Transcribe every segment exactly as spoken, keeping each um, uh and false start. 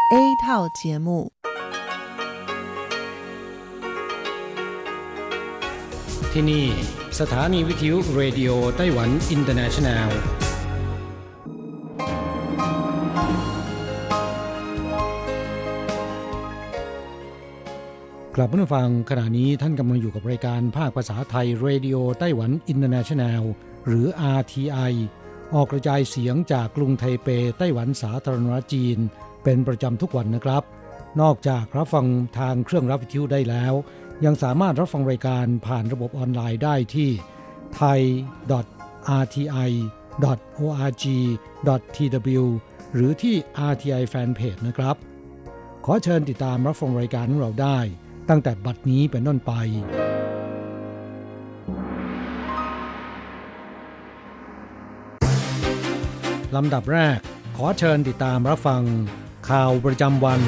A 套节目ที่นี่สถานีวิทยุเรดิโอไต้หวันอินเตอร์เนชั่นแนลกลับมาฟังขณะนี้ท่านกำลังอยู่กับรายการภาคภาษาไทยเรดิโอไต้หวันอินเตอร์เนชั่นแนลหรือ อาร์ ที ไอ ออกกระจายเสียงจากกรุงไทเปไต้หวันสาธารณรัฐจีนเป็นประจำทุกวันนะครับนอกจากรับฟังทางเครื่องรับวิทยุได้แล้วยังสามารถรับฟังรายการผ่านระบบออนไลน์ได้ที่ ไทย ดอท อาร์ ที ไอ ดอท โอ อาร์ จี ดอท ที ดับเบิลยู หรือที่ อาร์ ที ไอ Fanpage นะครับขอเชิญติดตามรับฟังรายการของเราได้ตั้งแต่บัดนี้เป็นต้นไปลำดับแรกขอเชิญติดตามรับฟังข่าวประจำวัน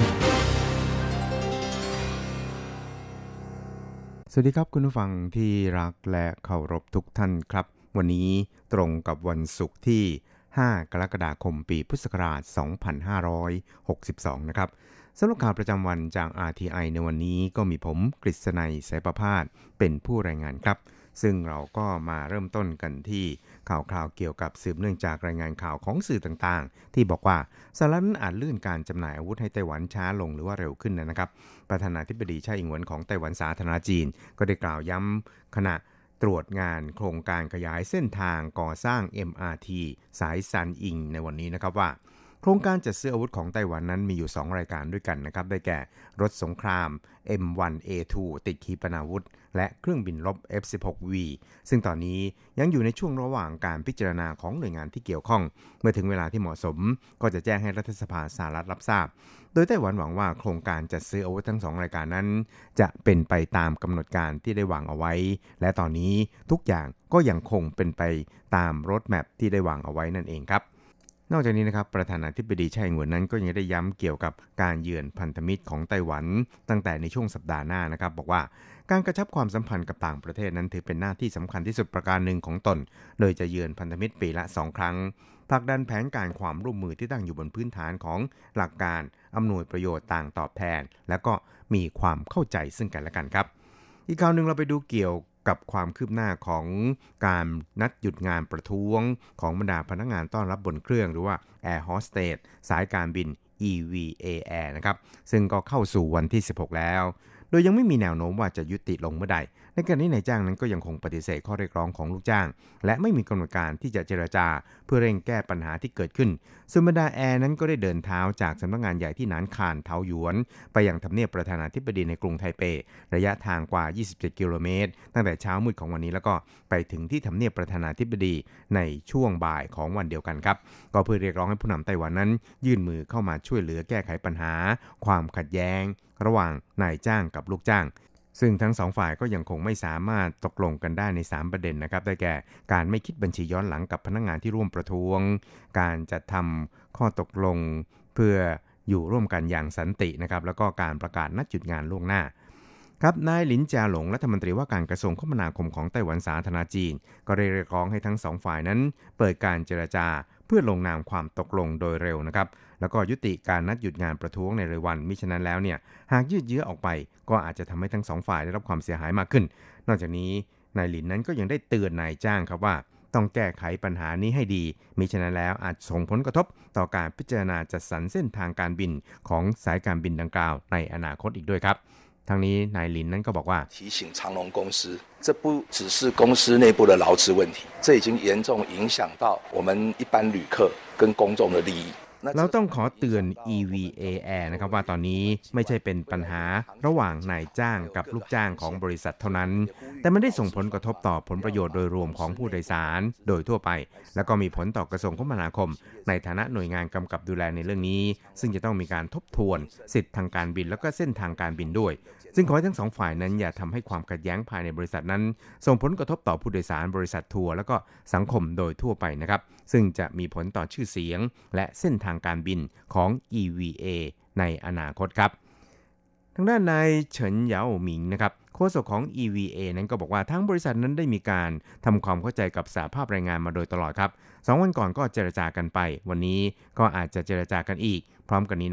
สวัสดีครับคุณผู้ฟังที่รักและเคารพทุกท่านครับวันนี้ตรงกับวันศุกร์ที่ห้ากรกฎาคมปีพุทธศักราชสองพันห้าร้อยหกสิบสองนะครับสำหรับข่าวประจำวันจาก อาร์ ที ไอ ในวันนี้ก็มีผมกฤษณัยสายประภาสเป็นผู้รายงานครับซึ่งเราก็มาเริ่มต้นกันที่ข่าวคราวเกี่ยวกับสืบเนื่องจากรายงานข่าวของสื่อต่างๆที่บอกว่าสหรัฐอาจเลื่อนการจำหน่ายอาวุธให้ไต้หวันช้าลงหรือว่าเร็วขึ้นนะครับประธานาธิบดีไช่อิงเหวินของไต้หวันสาธารณรัฐจีนก็ได้กล่าวย้ำขณะตรวจงานโครงการขยายเส้นทางก่อสร้าง เอ็ม อาร์ ที สายซันอิงในวันนี้นะครับว่าโครงการจัดซื้ออาวุธของไต้หวันนั้นมีอยู่สองรายการด้วยกันนะครับได้แก่รถสงคราม เอ็ม วัน เอ ทู ติดขีปนาวุธและเครื่องบินรบ เอฟ สิบหก วี ซึ่งตอนนี้ยังอยู่ในช่วงระหว่างการพิจารณาของหน่วยงานที่เกี่ยวข้องเมื่อถึงเวลาที่เหมาะสมก็จะแจ้งให้รัฐสภาสหรัฐรับทราบโดยไต้หวันหวังว่าโครงการจัดซื้ออาวุธทั้งสองรายการนั้นจะเป็นไปตามกำหนดการที่ได้วางเอาไว้และตอนนี้ทุกอย่างก็ยังคงเป็นไปตามโรดแมปที่ได้วางเอาไว้นั่นเองครับนอกจากนี้นะครับประธานาธิบดีไช่อิงเหวินนั้นก็ยังได้ย้ำเกี่ยวกับการเยือนพันธมิตรของไต้หวันตั้งแต่ในช่วงสัปดาห์หน้านะครับบอกว่าการกระชับความสัมพันธ์กับต่างประเทศนั้นถือเป็นหน้าที่สำคัญที่สุดประการหนึ่งของตนโดยจะเยือนพันธมิตรปีละสองครั้งผลักดันแผนการความร่วมมือที่ตั้งอยู่บนพื้นฐานของหลักการอำนวยประโยชน์ต่างตอบแทนและก็มีความเข้าใจซึ่งกันและกันครับอีกข่าวนึงเราไปดูเกี่ยวกับความคืบหน้าของการนัดหยุดงานประท้วงของบรรดาพนักงานต้อนรับบนเครื่องหรือว่า Air Hostess สายการบิน อี วี เอ Air นะครับซึ่งก็เข้าสู่วันที่สิบหกแล้วโดยยังไม่มีแนวโน้มว่าจะยุติลงเมื่อใดในขณะนี้นายจ้างนั้นก็ยังคงปฏิเสธข้อเรียกร้องของลูกจ้างและไม่มีกำหนดการที่จะเจรจาเพื่อเร่งแก้ปัญหาที่เกิดขึ้นส่วนบรรดาแอร์นั้นก็ได้เดินเท้าจากสำนักงานใหญ่ที่หนานคานเทาหยวนไปยังทำเนียบประธานาธิบดีในกรุงไทเประยะทางกว่ายี่สิบเจ็ดกิโลเมตรตั้งแต่เช้ามืดของวันนี้แล้วก็ไปถึงที่ทำเนียบประธานาธิบดีในช่วงบ่ายของวันเดียวกันครับก็เพื่อเรียกร้องให้ผู้นำไต้หวันนั้นยื่นมือเข้ามาช่วยเหลือแก้ไขปัญหาความขัดแย้งระหว่างนายจ้างกับลูกจ้างซึ่งทั้งสองฝ่ายก็ยังคงไม่สามารถตกลงกันได้ในสามประเด็นนะครับได้แก่การไม่คิดบัญชีย้อนหลังกับพนักงานที่ร่วมประท้วงการจัดทำข้อตกลงเพื่ออยู่ร่วมกันอย่างสันตินะครับแล้วก็การประกาศนัดหยุดงานล่วงหน้าครับนายหลินจาหลงรัฐมนตรีว่าการกระทรวงคมนาคมของไต้หวันสาธารณจีนก็เรียกร้องให้ทั้งสองฝ่ายนั้นเปิดการเจรจาเพื่อลงนามความตกลงโดยเร็วนะครับแล้วก็ยุติการนัดหยุดงานประท้วงในเร็ววันมิฉะนั้นแล้วเนี่ยหากยืดเยื้อออกไปก็อาจจะทำให้ทั้งสองฝ่ายได้รับความเสียหายมากขึ้นนอกจากนี้นายหลินนั้นก็ยังได้เตือนนายจ้างครับว่าต้องแก้ไขปัญหานี้ให้ดีมิฉะนั้นแล้วอาจส่งผลกระทบต่อการพิจารณาจัดสรรเส้นทางการบินของสายการบินดังกล่าวในอนาคตอีกด้วยครับทางนี้นายหลินนั้นก็บอกว่า提醒长荣公司这不只是公司内部的劳资问题这已经严重影响到我们一般旅客跟公众的利益เราต้องขอเตือน อี วี เอ Air นะครับว่าตอนนี้ไม่ใช่เป็นปัญหาระหว่างนายจ้างกับลูกจ้างของบริษัทเท่านั้นแต่มันได้ส่งผลกระทบต่อผลประโยชน์โดยรวมของผู้โดยสารโดยทั่วไปแล้วก็มีผลต่อกระทรวงคมนาคมในฐานะหน่วยงานกำกับดูแลในเรื่องนี้ซึ่งจะต้องมีการทบทวนสิทธิทางการบินแล้วก็เส้นทางการบินด้วยซึ่งขอให้ทั้งสองฝ่ายนั้นอย่าทำให้ความขัดแย้งภายในบริษัทนั้นส่งผลกระทบต่อผู้โดยสารบริษัททัวร์แล้วก็สังคมโดยทั่วไปนะครับซึ่งจะมีผลต่อชื่อเสียงและเส้นทางการบินของ อี วี เอ ในอนาคตครับทางด้านนายเฉินเหยาหมิงนะครับโฆษกของ อี วี เอ นั้นก็บอกว่าทั้งบริษัทนั้นได้มีการทำความเข้าใจกับสหภาพแรงงานมาโดยตลอดครับสองวันก่อนก็เจรจากันไปวันนี้ก็อาจจะเจรจากันอีกพร้อมกันนี้นะครับ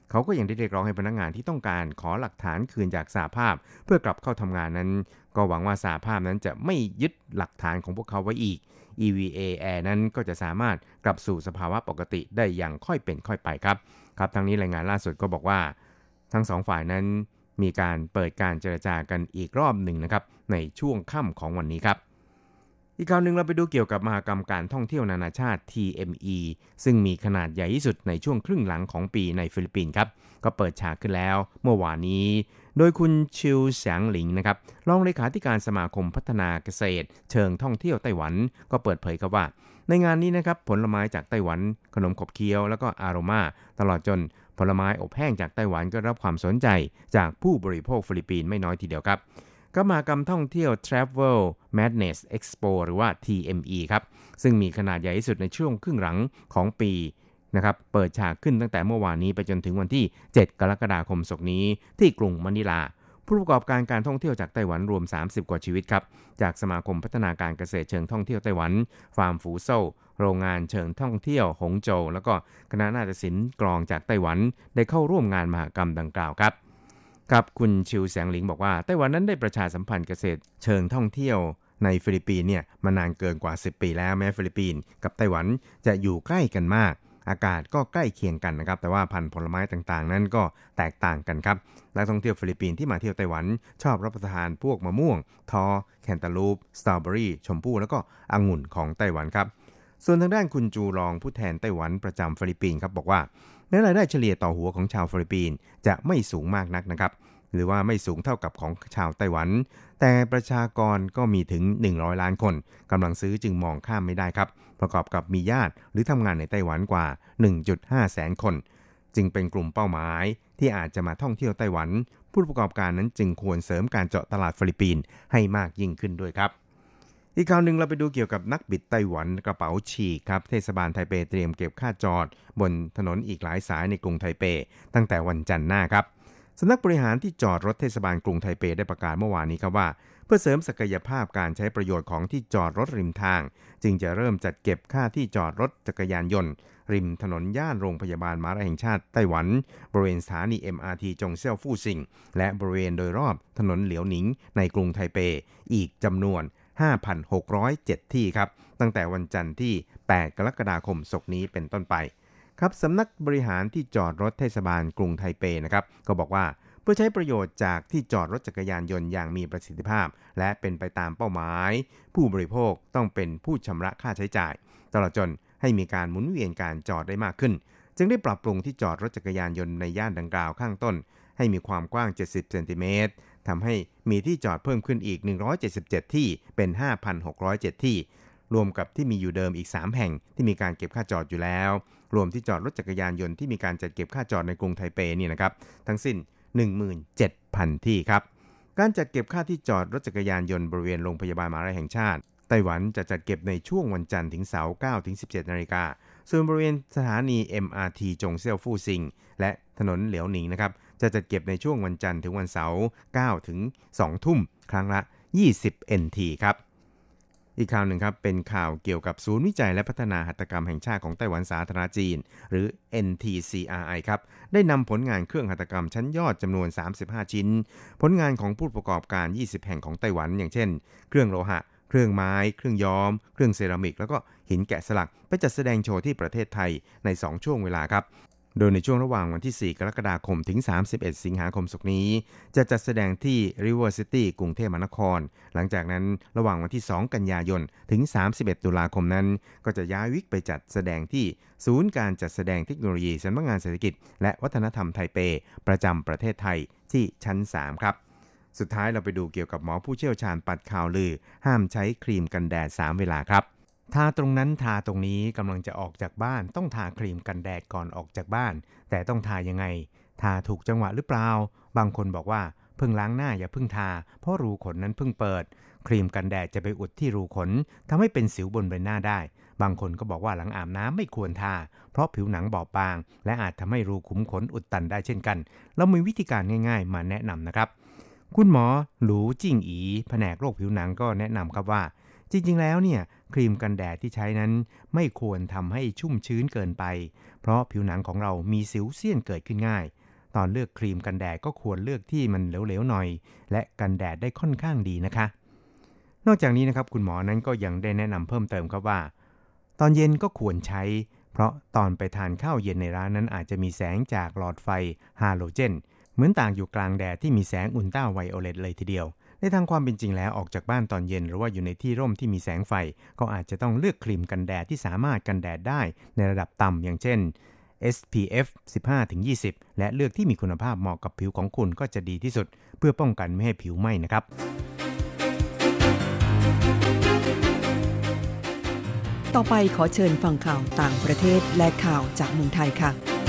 เขาก็ยังได้เรียกร้องให้พนักงานที่ต้องการขอหลักฐานคืนจากสหภาพเพื่อกลับเข้าทำงานนั้นก็หวังว่าสหภาพนั้นจะไม่ยึดหลักฐานของพวกเขาไว้อีก อี วี เอ Air นั้นก็จะสามารถกลับสู่สภาวะปกติได้อย่างค่อยเป็นค่อยไปครับครับทั้งนี้รายงานล่าสุดก็บอกว่าทั้งสองฝ่ายนั้นมีการเปิดการเจรจากันอีกรอบหนึ่งนะครับในช่วงค่ำของวันนี้ครับอีกข่าวหนึ่งเราไปดูเกี่ยวกับมหกรรมการท่องเที่ยวนานาชาติ ที เอ็ม อี ซึ่งมีขนาดใหญ่ที่สุดในช่วงครึ่งหลังของปีในฟิลิปปินส์ครับก็เปิดฉากขึ้นแล้วเมื่อวานนี้โดยคุณชิวแสงหลิงนะครับรองเลขาธิการสมาคมพัฒนาเกษตรเชิงท่องเที่ยวไต้หวันก็เปิดเผยครับว่าในงานนี้นะครับผลไม้จากไต้หวันขนมขบเคี้ยวแล้วก็อาโรมาตลอดจนผลไม้อบแห้งจากไต้หวันก็รับความสนใจจากผู้บริโภคฟิลิปปินส์ไม่น้อยทีเดียวครับก็มหกรรมท่องเที่ยว Travel Madness Expo หรือว่า ที เอ็ม อี ครับซึ่งมีขนาดใหญ่ที่สุดในช่วงครึ่งหลังของปีนะครับเปิดฉากขึ้นตั้งแต่เมื่อวานนี้ไปจนถึงวันที่เจ็ดกรกฎาคมศกนี้ที่กรุงมะนิลาผู้ประกอบการการท่องเที่ยวจากไต้หวันรวมสามสิบกว่าชีวิตครับจากสมาคมพัฒนาการเกษตรเชิงท่องเที่ยวไต้หวันฟาร์มฝูโซ่โรงงานเชิงท่องเที่ยวหงโจวแล้วก็คณะนาฏศิลป์กลองจากไต้หวันได้เข้าร่วมงานมหกรรมดังกล่าวครับกับคุณชิวแสงหลิงบอกว่าไต้หวันนั้นได้ประชาสัมพันธ์เกษตรเชิงท่องเที่ยวในฟิลิปปินส์เนี่ยมานานเกินกว่าสิบปีแล้วแม้ฟิลิปปินส์กับไต้หวันจะอยู่ใกล้กันมากอากาศก็ใกล้เคียงกันนะครับแต่ว่าพันธุ์ผลไม้ต่างๆนั้นก็แตกต่างกันครับนักท่องเที่ยวฟิลิปปินส์ที่มาเที่ยวไต้หวันชอบรับประทานพวกมะม่วงทอแคนตาลูปสตรอเบอรี่ชมพู่แล้วก็องุ่นของไต้หวันครับส่วนทางด้านคุณจูรองผู้แทนไต้หวันประจำฟิลิปปินส์ครับบอกว่าในรายได้เฉลี่ยต่อหัวของชาวฟิลิปปินส์จะไม่สูงมากนักนะครับหรือว่าไม่สูงเท่ากับของชาวไต้หวันแต่ประชากรก็มีถึงหนึ่งร้อยล้านคนกำลังซื้อจึงมองข้ามไม่ได้ครับประกอบกับมีญาติหรือทำงานในไต้หวันกว่า หนึ่งจุดห้า แสนคนจึงเป็นกลุ่มเป้าหมายที่อาจจะมาท่องเที่ยวไต้หวันผู้ประกอบการนั้นจึงควรเสริมการเจาะตลาดฟิลิปปินส์ให้มากยิ่งขึ้นด้วยครับอีกข่าวหนึ่งเราไปดูเกี่ยวกับนักบิดไต้หวันกระเป๋าฉีกครับเทศบาลไทเปเตรียมเก็บค่าจอดบนถนนอีกหลายสายในกรุงไทเปตั้งแต่วันจันทร์หน้าครับสำนักบริหารที่จอดรถเทศบาลกรุงไทเปได้ประกาศเมื่อวานนี้ครับว่าเพื่อเสริมศักยภาพการใช้ประโยชน์ของที่จอดรถริมทางจึงจะเริ่มจัดเก็บค่าที่จอดรถจักรยานยนต์ริมถนนย่านโรงพยาบาลม้าลายแห่งชาติไต้หวันบริเวณสถานี เอ็ม อาร์ ที จงเซี่ยวฟู่ซิงและบริเวณโดยรอบถนนเหลียวหนิงในกรุงไทเปอีกจำนวน ห้าพันหกร้อยเจ็ด ที่ครับตั้งแต่วันจันทร์ที่แปดกรกฎาคมศกนี้เป็นต้นไปครับสำนักบริหารที่จอดรถเทศบาลกรุงไทเปนะครับก็บอกว่าเพื่อใช้ประโยชน์จากที่จอดรถจักรยานยนต์อย่างมีประสิทธิภาพและเป็นไปตามเป้าหมายผู้บริโภคต้องเป็นผู้ชำระค่าใช้จ่ายตลอดจนให้มีการหมุนเวียนการจอดได้มากขึ้นจึงได้ปรับปรุงที่จอดรถจักรยานยนต์ในย่านดังกล่าวข้างต้นให้มีความกว้างเจ็ดสิบเซนติเมตรทำให้มีที่จอดเพิ่มขึ้นอีกหนึ่งร้อยเจ็ดสิบเจ็ดที่เป็น ห้าพันหกร้อยเจ็ด ที่รวมกับที่มีอยู่เดิมอีกสามแห่งที่มีการเก็บค่าจอดอยู่แล้วรวมที่จอดรถจักรยานยนต์ที่มีการจัดเก็บค่าจอดในกรุงไทเปนี่นะครับทั้งสิ้น หนึ่งหมื่นเจ็ดพัน ที่ครับการจัดเก็บค่าที่จอดรถจักรยานยนต์บริเวณโรงพยาบาลม้าลายแห่งชาติไต้หวันจะจัดเก็บในช่วงวันจันทร์ถึงเสาร์ เก้าถึงสิบเจ็ด นาฬิกาส่วนบริเวณสถานี เอ็ม อาร์ ที จงเซี่ยวฟู่ซิงและถนนเหลียวหนิงนะครับจะจัดเก็บในช่วงวันจันทร์ถึงวันเสาร์ เก้าถึงสอง ทุ่มครั้งละยี่สิบ เอ็น ที ครับอีกข่าวหนึ่งครับเป็นข่าวเกี่ยวกับศูนย์วิจัยและพัฒนาหัตถกรรมแห่งชาติของไต้หวันสาธารณจีนหรือ เอ็น ที ซี อาร์ ไอ ครับได้นำผลงานเครื่องหัตถกรรมชั้นยอดจำนวนสามสิบห้าชิ้นผลงานของผู้ประกอบการยี่สิบแห่งของไต้หวันอย่างเช่นเครื่องโลหะเครื่องไม้เครื่องย้อมเครื่องเซรามิกแล้วก็หินแกะสลักไปจัดแสดงโชว์ที่ประเทศไทยในสองช่วงเวลาครับโดยในช่วงระหว่างวันที่สี่กรกฎาคมถึงสามสิบเอ็ดสิงหาคมศกนี้จะจัดแสดงที่ River City กรุงเทพมหานครหลังจากนั้นระหว่างวันที่สองกันยายนถึงสามสิบเอ็ดตุลาคมนั้นก็จะย้ายวิกไปจัดแสดงที่ศูนย์การจัดแสดงเทคโนโลยีสำนักงานเศรษฐกิจและวัฒนธรรมไทเปประจำประเทศไทยที่ชั้นสามครับสุดท้ายเราไปดูเกี่ยวกับหมอผู้เชี่ยวชาญปัดข่าวลือห้ามใช้ครีมกันแดดสามเวลาครับทาตรงนั้นทาตรงนี้กำลังจะออกจากบ้านต้องทาครีมกันแดดก่อนออกจากบ้านแต่ต้องทายังไงทาถูกจังหวะหรือเปล่าบางคนบอกว่าเพิ่งล้างหน้าอย่าเพิ่งทาเพราะรูขนนั้นเพิ่งเปิดครีมกันแดดจะไปอุดที่รูขนทำให้เป็นสิวบนใบหน้าได้บางคนก็บอกว่าหลังอาบน้ำไม่ควรทาเพราะผิวหนังบอบบางและอาจทำให้รูขุมขนอุดตันได้เช่นกันเรามีวิธีการง่ายๆมาแนะนำนะครับคุณหมอหลูจิ้งอีแผนกโรคผิวหนังก็แนะนำครับว่าจจริงๆแล้วเนี่ยครีมกันแดดที่ใช้นั้นไม่ควรทำให้ชุ่มชื้นเกินไปเพราะผิวหนังของเรามีสิวเซียนเกิดขึ้นง่ายตอนเลือกครีมกันแดดก็ควรเลือกที่มันเหลวๆหน่อยและกันแดดได้ค่อนข้างดีนะคะนอกจากนี้นะครับคุณหมอนั้นก็ยังได้แนะนำเพิ่มเติมครับว่าตอนเย็นก็ควรใช้เพราะตอนไปทานข้าวเย็นในร้านนั้นอาจจะมีแสงจากหลอดไฟฮาโลเจนเหมือนต่างอยู่กลางแดดที่มีแสงอุลตราไวโอเลตเลยทีเดียวในทางความเป็นจริงแล้วออกจากบ้านตอนเย็นหรือว่าอยู่ในที่ร่มที่มีแสงไฟก็อาจจะต้องเลือกครีมกันแดดที่สามารถกันแดดได้ในระดับต่ำอย่างเช่น เอส พี เอฟ สิบห้าถึงยี่สิบ และเลือกที่มีคุณภาพเหมาะกับผิวของคุณก็จะดีที่สุดเพื่อป้องกันไม่ให้ผิวไหม้นะครับต่อไปขอเชิญฟังข่าวต่างประเทศและข่าวจากเมืองไทยค่ะ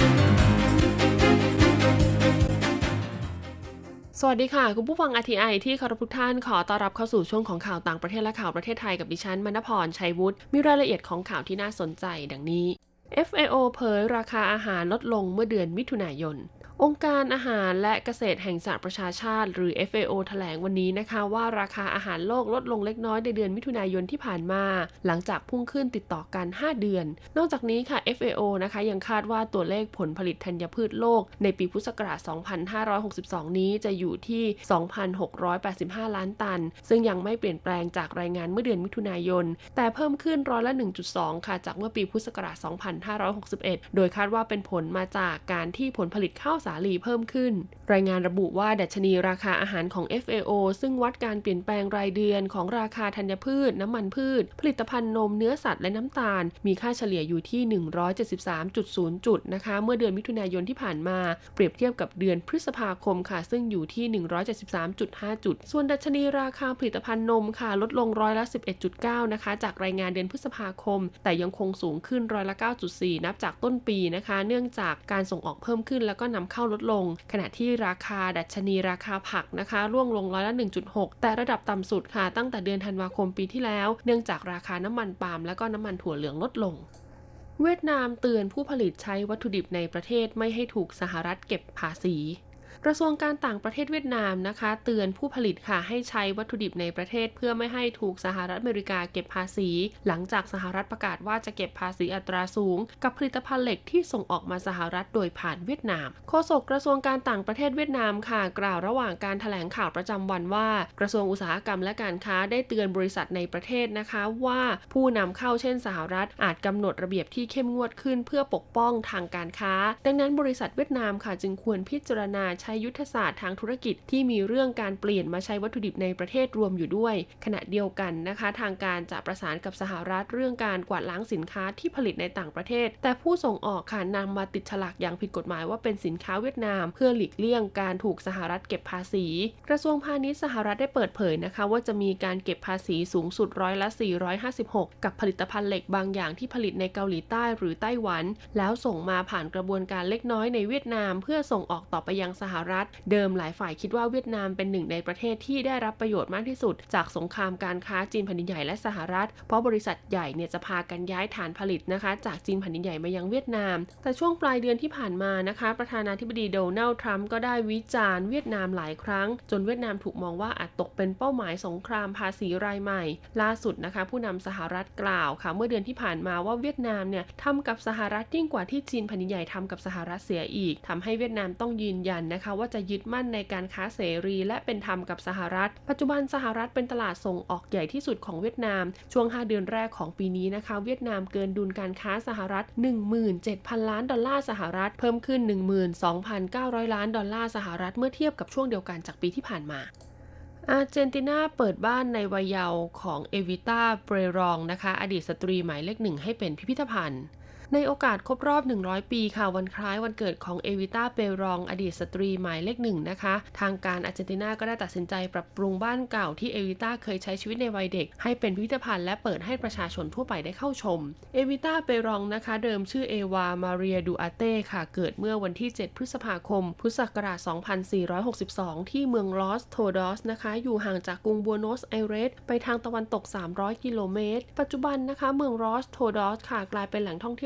สวัสดีค่ะคุณผู้ฟัง อาร์ ที ไอ ที่เคารพทุกท่านขอต้อนรับเข้าสู่ช่วงของข่าวต่างประเทศและข่าวประเทศไทยกับดิฉันมณพรชัยวุฒิมีรายละเอียดของข่าวที่น่าสนใจดังนี้ เอฟ เอ โอ เผยราคาอาหารลดลงเมื่อเดือนมิถุนายนองค์การอาหารและเกษตรแห่งสหประชาชาติหรือ เอฟ เอ โอ แถลงวันนี้นะคะว่าราคาอาหารโลกลดลงเล็กน้อยในเดือนมิถุนายนที่ผ่านมาหลังจากพุ่งขึ้นติดต่อกันห้าเดือนนอกจากนี้ค่ะ เอฟ เอ โอ นะคะยังคาดว่าตัวเลขผลผลิตธัญพืชโลกในปีพุทธศักราช สองพันห้าร้อยหกสิบสอง นี้จะอยู่ที่ สองพันหกร้อยแปดสิบห้า ล้านตันซึ่งยังไม่เปลี่ยนแปลงจากรายงานเมื่อเดือนมิถุนายนแต่เพิ่มขึ้นร้อยละ หนึ่งจุดสอง ค่ะจากเมื่อปีพุทธศักราช สองพันห้าร้อยหกสิบเอ็ด โดยคาดว่าเป็นผลมาจากการที่ผลผลิตข้าวสาลีเพิ่มขึ้นรายงานระบุว่าดัชนีราคาอาหารของ เอฟ เอ โอ ซึ่งวัดการเปลี่ยนแปลงรายเดือนของราคาธัญพืชน้ำมันพืชผลิตภัณฑ์นมเนื้อสัตว์และน้ำตาลมีค่าเฉลี่ยอยู่ที่ หนึ่งร้อยเจ็ดสิบสามจุดศูนย์ จุดนะคะเมื่อเดือนมิถุนายนที่ผ่านมาเปรียบเทียบกับเดือนพฤษภาคมค่ะซึ่งอยู่ที่ หนึ่งร้อยเจ็ดสิบสามจุดห้า จุดส่วนดัชนีราคาผลิตภัณฑ์นมค่ะลดลงร้อยละ สิบเอ็ดจุดเก้า นะคะจากรายงานเดือนพฤษภาคมแต่ยังคงสูงขึ้นร้อยละ เก้าจุดสี่ นับจากต้นปีนะคะเนื่องจากการส่งออกเพิ่มขึ้นแล้วก็นำเข้าลดลงขณะที่ราคาดัชนีราคาผักนะคะร่วงลงร้อยละ หนึ่งจุดหก แต่ระดับต่ำสุดค่ะตั้งแต่เดือนธันวาคมปีที่แล้วเนื่องจากราคาน้ำมันปาล์มและก็น้ำมันถั่วเหลืองลดลงเวียดนามเตือนผู้ผลิตใช้วัตถุดิบในประเทศไม่ให้ถูกสหรัฐเก็บภาษีกระทรวงการต่างประเทศเวียดนามนะคะเตือนผู้ผลิตค่ะให้ใช้วัตถุดิบในประเทศเพื่อไม่ให้ถูกสหรัฐอเมริกาเก็บภาษีหลังจากสหรัฐประกาศว่าจะเก็บภาษีอัตราสูงกับผลิตภัณฑ์เหล็กที่ส่งออกมาสหรัฐโดยผ่านเวียดนามโฆษกกระทรวงการต่างประเทศเวียดนามค่ะกล่าวระหว่างการแถลงข่าวประจำวันว่ากระทรวงอุตสาหกรรมและการค้าได้เตือนบริษัทในประเทศนะคะว่าผู้นำเข้าเช่นสหรัฐอาจกำหนดระเบียบที่เข้มงวดขึ้นเพื่อปกป้องทางการค้าดังนั้นบริษัทเวียดนามค่ะจึงควรพิจารณาใช้ยุทธศาสตร์ทางธุรกิจที่มีเรื่องการเปลี่ยนมาใช้วัตถุดิบในประเทศรวมอยู่ด้วยขณะเดียวกันนะคะทางการจะประสานกับสหรัฐเรื่องการกวาดล้างสินค้าที่ผลิตในต่างประเทศแต่ผู้ส่งออกค่ะนำมาติดฉลากอย่างผิดกฎหมายว่าเป็นสินค้าเวียดนามเพื่อหลีกเลี่ยงการถูกสหรัฐเก็บภาษีกระทรวงพาณิชย์สหรัฐได้เปิดเผยนะคะว่าจะมีการเก็บภาษีสูงสุดร้อยละสี่ร้อยห้าสิบหกกับผลิตภัณฑ์เหล็กบางอย่างที่ผลิตในเกาหลีใต้หรือไต้หวันแล้วส่งมาผ่านกระบวนการเล็กน้อยในเวียดนามเพื่อส่งออกต่อไปยังสหรัฐเดิมหลายฝ่ายคิดว่าเวียดนามเป็นหนึ่งในประเทศที่ได้รับประโยชน์มากที่สุดจากสงครามการค้าจีนแผ่นดินใหญ่และสหรัฐเพราะบริษัทใหญ่เนี่ยจะพากันย้ายฐานผลิตนะคะจากจีนแผ่นดินใหญ่มายังเวียดนามแต่ช่วงปลายเดือนที่ผ่านมานะคะประธานาธิบดีโดนัลด์ทรัมป์ก็ได้วิจารณ์เวียดนามหลายครั้งจนเวียดนามถูกมองว่าอาจตกเป็นเป้าหมายสงครามภาษีรายใหม่ล่าสุดนะคะผู้นำสหรัฐกล่าวค่ะเมื่อเดือนที่ผ่านมาว่าเวียดนามเนี่ยทำกับสหรัฐยิ่งกว่าที่จีนแผ่นดินใหญ่ทำกับสหรัฐเสียอีกทำให้เวียดนามต้องยืนยันนะคะว่าจะยึดมั่นในการค้าเสรีและเป็นธรรมกับสหรัฐปัจจุบันสหรัฐเป็นตลาดส่งออกใหญ่ที่สุดของเวียดนามช่วงห้าเดือนแรกของปีนี้นะคะเวียดนามเกินดุลการค้าสหรัฐ หนึ่งหมื่นเจ็ดพัน ล้านดอลลาร์สหรัฐเพิ่มขึ้น หนึ่งหมื่นสองพันเก้าร้อย ล้านดอลลาร์สหรัฐเมื่อเทียบกับช่วงเดียวกันจากปีที่ผ่านมาอาร์เจนตินาเปิดบ้านในวัยเยาว์ของเอวิต้าเปรรองนะคะอดีตสตรีหมายเลขหนึ่งให้เป็นพิพิธภัณฑ์ในโอกาสครบรอบหนึ่งร้อยปีค่ะวันคล้ายวันเกิดของเอวิต้าเปรองอดีตสตรีหมายเลขหนึ่งนะคะทางการอาร์เจนตินาก็ได้ตัดสินใจปรับปรุงบ้านเก่าที่เอวิต้าเคยใช้ชีวิตในวัยเด็กให้เป็นพิพิธภัณฑ์และเปิดให้ประชาชนทั่วไปได้เข้าชมเอวิต้าเปรองนะคะเดิมชื่อเอวามาเรียดูอาเต้ค่ะเกิดเมื่อวันที่เจ็ดพฤษภาคมพุทธศักราชสองพันสี่ร้อยหกสิบสองที่เมืองลอสโทดอสนะคะอยู่ห่างจากกรุงบัวโนสไอเรสไปทางตะวันตกสามร้อยกิโลเมตรปัจจุบันนะคะเมืองลอสโทดอสค่ะกลายเป็นแหล่งท่องเที่ยว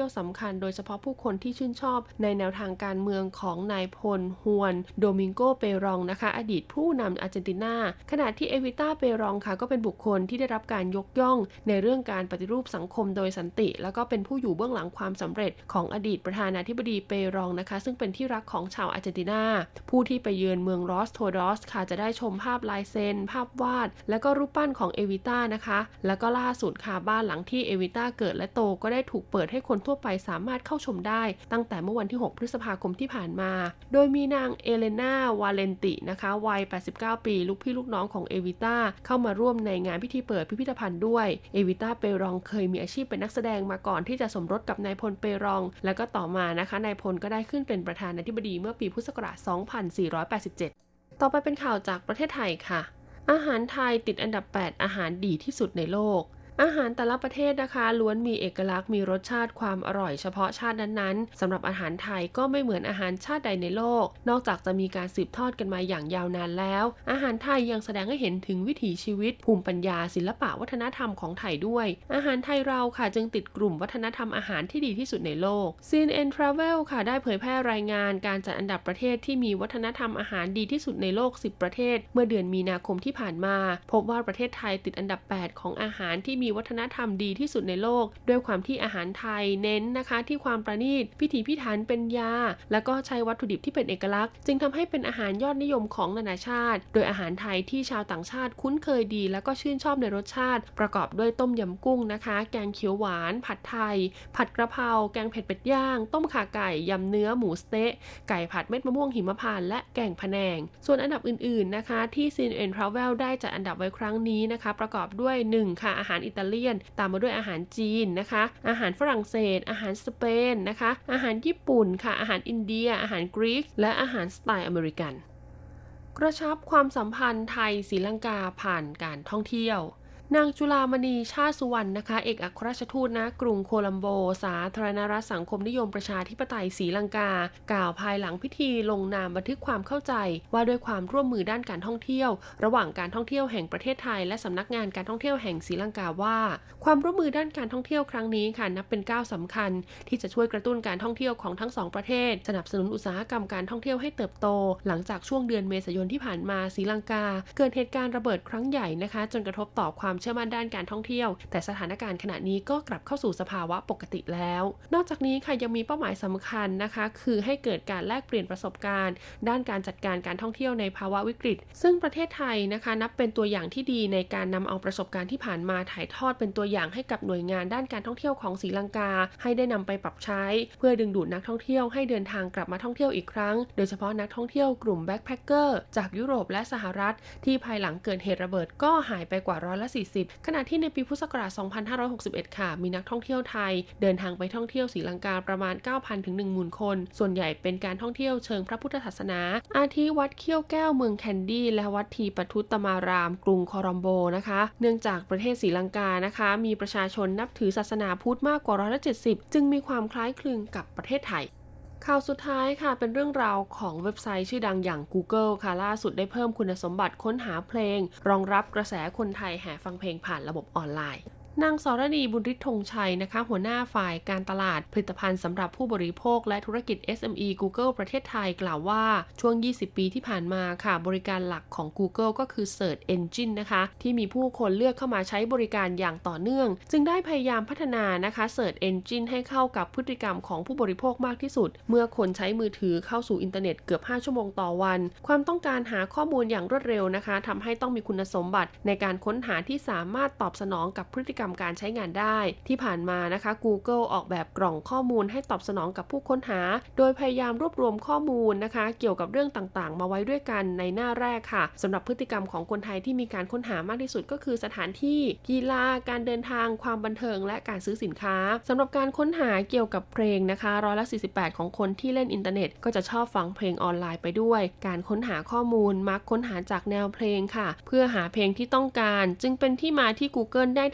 สำคัญโดยเฉพาะผู้คนที่ชื่นชอบในแนวทางการเมืองของนายพลฮวนโดมิงโกเปรองนะคะอดีตผู้นำอาร์เจนตินาขณะที่เอวิต้าเปรองค่ะก็เป็นบุคคลที่ได้รับการยกย่องในเรื่องการปฏิรูปสังคมโดยสันติแล้วก็เป็นผู้อยู่เบื้องหลังความสำเร็จของอดีตประธานาธิบดีเปรองนะคะซึ่งเป็นที่รักของชาวอาร์เจนตินาผู้ที่ไปเยือนเมืองรอสโทดอสค่ะจะได้ชมภาพลายเซ็นภาพวาดและก็รูปปั้นของเอวิต้านะคะแล้วก็ล่าสุดค่ะบ้านหลังที่เอวิต้าเกิดและโตก็ได้ถูกเปิดให้คนทั่วไปสามารถเข้าชมได้ตั้งแต่เมื่อวันที่หกพฤษภาคมที่ผ่านมาโดยมีนางเอเลนาวาเลนตินะคะวัยแปดสิบเก้าปีลูกพี่ลูกน้องของเอวิต้าเข้ามาร่วมในงานพิธีเปิดพิพิธภัณฑ์ด้วยเอวิต้าเปรองเคยมีอาชีพเป็นนักแสดงมาก่อนที่จะสมรสกับนายพลเปรองแล้วก็ต่อมานะคะนายพลก็ได้ขึ้นเป็นประธานาธิบดีเมื่อปีพุทธศักราชสองพันสี่ร้อยแปดสิบเจ็ดต่อไปเป็นข่าวจากประเทศไทยค่ะอาหารไทยติดอันดับแปดอาหารดีที่สุดในโลกอาหารแต่ละประเทศนะคะล้วนมีเอกลักษณ์มีรสชาติความอร่อยเฉพาะชาตินั้นๆสำหรับอาหารไทยก็ไม่เหมือนอาหารชาติใดในโลกนอกจากจะมีการสืบทอดกันมาอย่างยาวนานแล้วอาหารไทยยังแสดงให้เห็นถึงวิถีชีวิตภูมิปัญญาศิลปะวัฒนธรรมของไทยด้วยอาหารไทยเราค่ะจึงติดกลุ่มวัฒนธรรมอาหารที่ดีที่สุดในโลก ซี เอ็น เอ็น Travel ค่ะได้เผยแพร่รายงานการจัดอันดับประเทศที่มีวัฒนธรรมอาหารดีที่สุดในโลกสิบประเทศเมื่อเดือนมีนาคมที่ผ่านมาพบว่าประเทศไทยติดอันดับแปดของอาหารที่มีวัฒนธรรมดีที่สุดในโลกด้วยความที่อาหารไทยเน้นนะคะที่ความประณีตพิถีพิถันเป็นยาแล้วก็ใช้วัตถุดิบที่เป็นเอกลักษณ์จึงทำให้เป็นอาหารยอดนิยมของนานาชาติโดยอาหารไทยที่ชาวต่างชาติคุ้นเคยดีแล้วก็ชื่นชอบในรสชาติประกอบด้วยต้มยำกุ้งนะคะแกงเขียวหวานผัดไทยผัดกระเพราแกงเผ็ดเป็ดย่างต้มข่าไก่ยำเนื้อหมูสเต๊ะไก่ผัดเม็ดมะม่วงหิมพานต์และแกงพะแนงส่วนอันดับอื่นๆนะคะที่ ซี เอ็น เอ็น Travel ได้จัดอันดับไว้ครั้งนี้นะคะประกอบด้วยหนึ่งค่ะอาหารอิตาเลียนตามมาด้วยอาหารจีนนะคะอาหารฝรั่งเศสอาหารสเปนนะคะอาหารญี่ปุ่นค่ะอาหารอินเดียอาหารกรีกและอาหารสไตล์อเมริกันกระชับความสัมพันธ์ไทยศรีลังกาผ่านการท่องเที่ยวนางจุฬามณีชาติสุวรรณนะคะเอกอัครราชทูตณกรุงโคลัมโบสาธารณรัฐสังคมนิยมประชาธิปไตยศรีลังกากล่าวภายหลังพิธีลงนามบันทึกความเข้าใจว่าด้วยความร่วมมือด้านการท่องเที่ยวระหว่างการท่องเที่ยวแห่งประเทศไทยและสำนักงานการท่องเที่ยวแห่งศรีลังกาว่าความร่วมมือด้านการท่องเที่ยวครั้งนี้ค่ะนับเป็นก้าวสำคัญที่จะช่วยกระตุ้นการท่องเที่ยวของทั้งสองประเทศสนับสนุนอุตสาหกรรมการท่องเที่ยวให้เติบโตหลังจากช่วงเดือนเมษายนที่ผ่านมาศรีลังกาเกิดเหตุการณ์ระเบิดครั้งใหญ่นะคะจนกระทบต่อความเชื่อมั่นด้านการท่องเที่ยวแต่สถานการณ์ขณะนี้ก็กลับเข้าสู่สภาวะปกติแล้วนอกจากนี้ค่ะยังมีเป้าหมายสำคัญนะคะคือให้เกิดการแลกเปลี่ยนประสบการณ์ด้านการจัดการการท่องเที่ยวในภาวะวิกฤตซึ่งประเทศไทยนะคะนับเป็นตัวอย่างที่ดีในการนำเอาประสบการณ์ที่ผ่านมาถ่ายทอดเป็นตัวอย่างให้กับหน่วยงานด้านการท่องเที่ยวของศรีลังกาให้ได้นำไปปรับใช้เพื่อดึงดูดนักท่องเที่ยวให้เดินทางกลับมาท่องเที่ยวอีกครั้งโดยเฉพาะนักท่องเที่ยวกลุ่มแบ็คแพคเกอร์จากยุโรปและสหรัฐที่ภายหลังเกิดเหตุระเบิดก็หายไปกว่าร้อยละสี่สิบขณะที่ในปีพุทธศักราชสองพันห้าร้อยหกสิบเอ็ดค่ะมีนักท่องเที่ยวไทยเดินทางไปท่องเที่ยวศรีลังกาประมาณ เก้าพัน ถึง หนึ่งหมื่น คนส่วนใหญ่เป็นการท่องเที่ยวเชิงพระพุทธศาสนาอาทิวัดเขี้ยวแก้วเมืองแคนดี้และวัดทีปทุตตมารามกรุงโคลัมโบนะคะเนื่องจากประเทศศรีลังกานะคะมีประชาชนนับถือศาสนาพุทธมากกว่าร้อยละเจ็ดสิบจึงมีความคล้ายคลึงกับประเทศไทยข่าวสุดท้ายค่ะเป็นเรื่องราวของเว็บไซต์ชื่อดังอย่าง Google ค่ะล่าสุดได้เพิ่มคุณสมบัติค้นหาเพลงรองรับกระแสคนไทยแห่ฟังเพลงผ่านระบบออนไลน์นางสรณีบุญฤทธิ์ธงชัยนะคะหัวหน้าฝ่ายการตลาดผลิตภัณฑ์สำหรับผู้บริโภคและธุรกิจ เอส เอ็ม อี Google ประเทศไทยกล่าวว่าช่วงยี่สิบปีที่ผ่านมาค่ะบริการหลักของ Google ก็คือ Search Engine นะคะที่มีผู้คนเลือกเข้ามาใช้บริการอย่างต่อเนื่องจึงได้พยายามพัฒนานะคะ Search Engine ให้เข้ากับพฤติกรรมของผู้บริโภคมากที่สุดเมื่อคนใช้มือถือเข้าสู่อินเทอร์เน็ตเกือบห้าชั่วโมงต่อวันความต้องการหาข้อมูลอย่างรวดเร็วนะคะทำให้ต้องมีคุณสมบัติในการค้นหาที่สามารถตอบสนองกับพฤติกรรมการใช้งานได้ที่ผ่านมานะคะ Google ออกแบบกล่องข้อมูลให้ตอบสนองกับผู้ค้นหาโดยพยายามรวบรวมข้อมูลนะคะเกี่ยวกับเรื่องต่างๆมาไว้ด้วยกันในหน้าแรกค่ะสำหรับพฤติกรรมของคนไทยที่มีการค้นหามากที่สุดก็คือสถานที่กีฬาการเดินทางความบันเทิงและการซื้อสินค้าสำหรับการค้นหาเกี่ยวกับเพลงนะคะร้อยละสี่สิบแปดของคนที่เล่นอินเทอร์เน็ตก็จะชอบฟังเพลงออนไลน์ไปด้วยการค้นหาข้อมูลมักค้นหาจากแนวเพลงค่ะเพื่อหาเพลงที่ต้องการจึงเป็นที่มาที่ Google ได้ทำงาน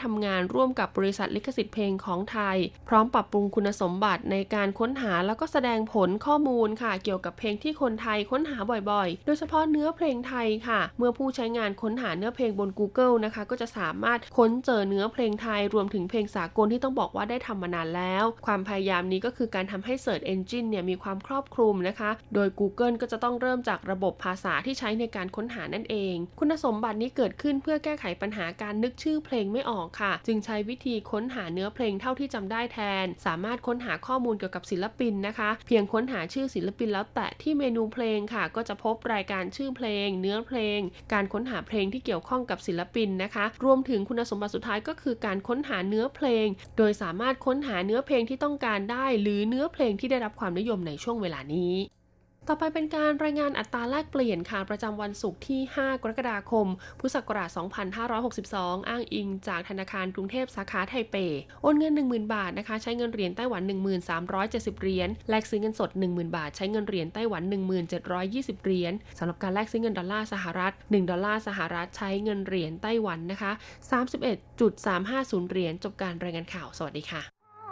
ร่วมกับบริษัทลิขสิทธิ์เพลงของไทยพร้อมปรับปรุงคุณสมบัติในการค้นหาแล้วก็แสดงผลข้อมูลค่ะเกี่ยวกับเพลงที่คนไทยค้นหาบ่อยๆโดยเฉพาะเนื้อเพลงไทยค่ะเมื่อผู้ใช้งานค้นหาเนื้อเพลงบน Google นะคะก็จะสามารถค้นเจอเนื้อเพลงไทยรวมถึงเพลงสากลที่ต้องบอกว่าได้ทำมานานแล้วความพยายามนี้ก็คือการทำให้ Search Engine เนี่ยมีความครอบคลุมนะคะโดย Google ก็จะต้องเริ่มจากระบบภาษาที่ใช้ในการค้นหานั่นเองคุณสมบัตินี้เกิดขึ้นเพื่อแก้ไขปัญหาการนึกชื่อเพลงไม่ออกค่ะจึงใช้วิธีค้นหาเนื้อเพลงเท่าที่จำได้แทนสามารถค้นหาข้อมูลเกี่ยวกับศิลปินนะคะเพียงค้นหาชื่อศิลปินแล้วแตะที่เมนูเพลงค่ะก็จะพบรายการชื่อเพลงเนื้อเพลงการค้นหาเพลงที่เกี่ยวข้องกับศิลปินนะคะรวมถึงคุณสมบัติสุดท้ายก็คือการค้นหาเนื้อเพลงโดยสามารถค้นหาเนื้อเพลงที่ต้องการได้หรือเนื้อเพลงที่ได้รับความนิยมในช่วงเวลานี้ต่อไปเป็นการรายงานอัตราแลกเปลี่ยนค่ะประจำวันศุกร์ที่ห้ากรกฎาคมพุทธศักราชสองพันห้าร้อยหกสิบสองอ้างอิงจากธนาคารกรุงเทพสาขาไทเปโอนเงิน หนึ่งหมื่น บาทนะคะใช้เงินเหรียญไต้หวัน หนึ่งพันสามร้อยเจ็ดสิบ เหรียญแลกซื้อเงินสด หนึ่งหมื่น บาทใช้เงินเหรียญไต้หวัน หนึ่งพันเจ็ดร้อยยี่สิบ เหรียญสำหรับการแลกซื้อเงินดอลลาร์สหรัฐหนึ่งดอลลาร์สหรัฐใช้เงินเหรียญไต้หวันนะคะ สามสิบเอ็ดจุดสามห้าศูนย์ เหรียญจบการรายงานข่าวสวัสดีค่ะ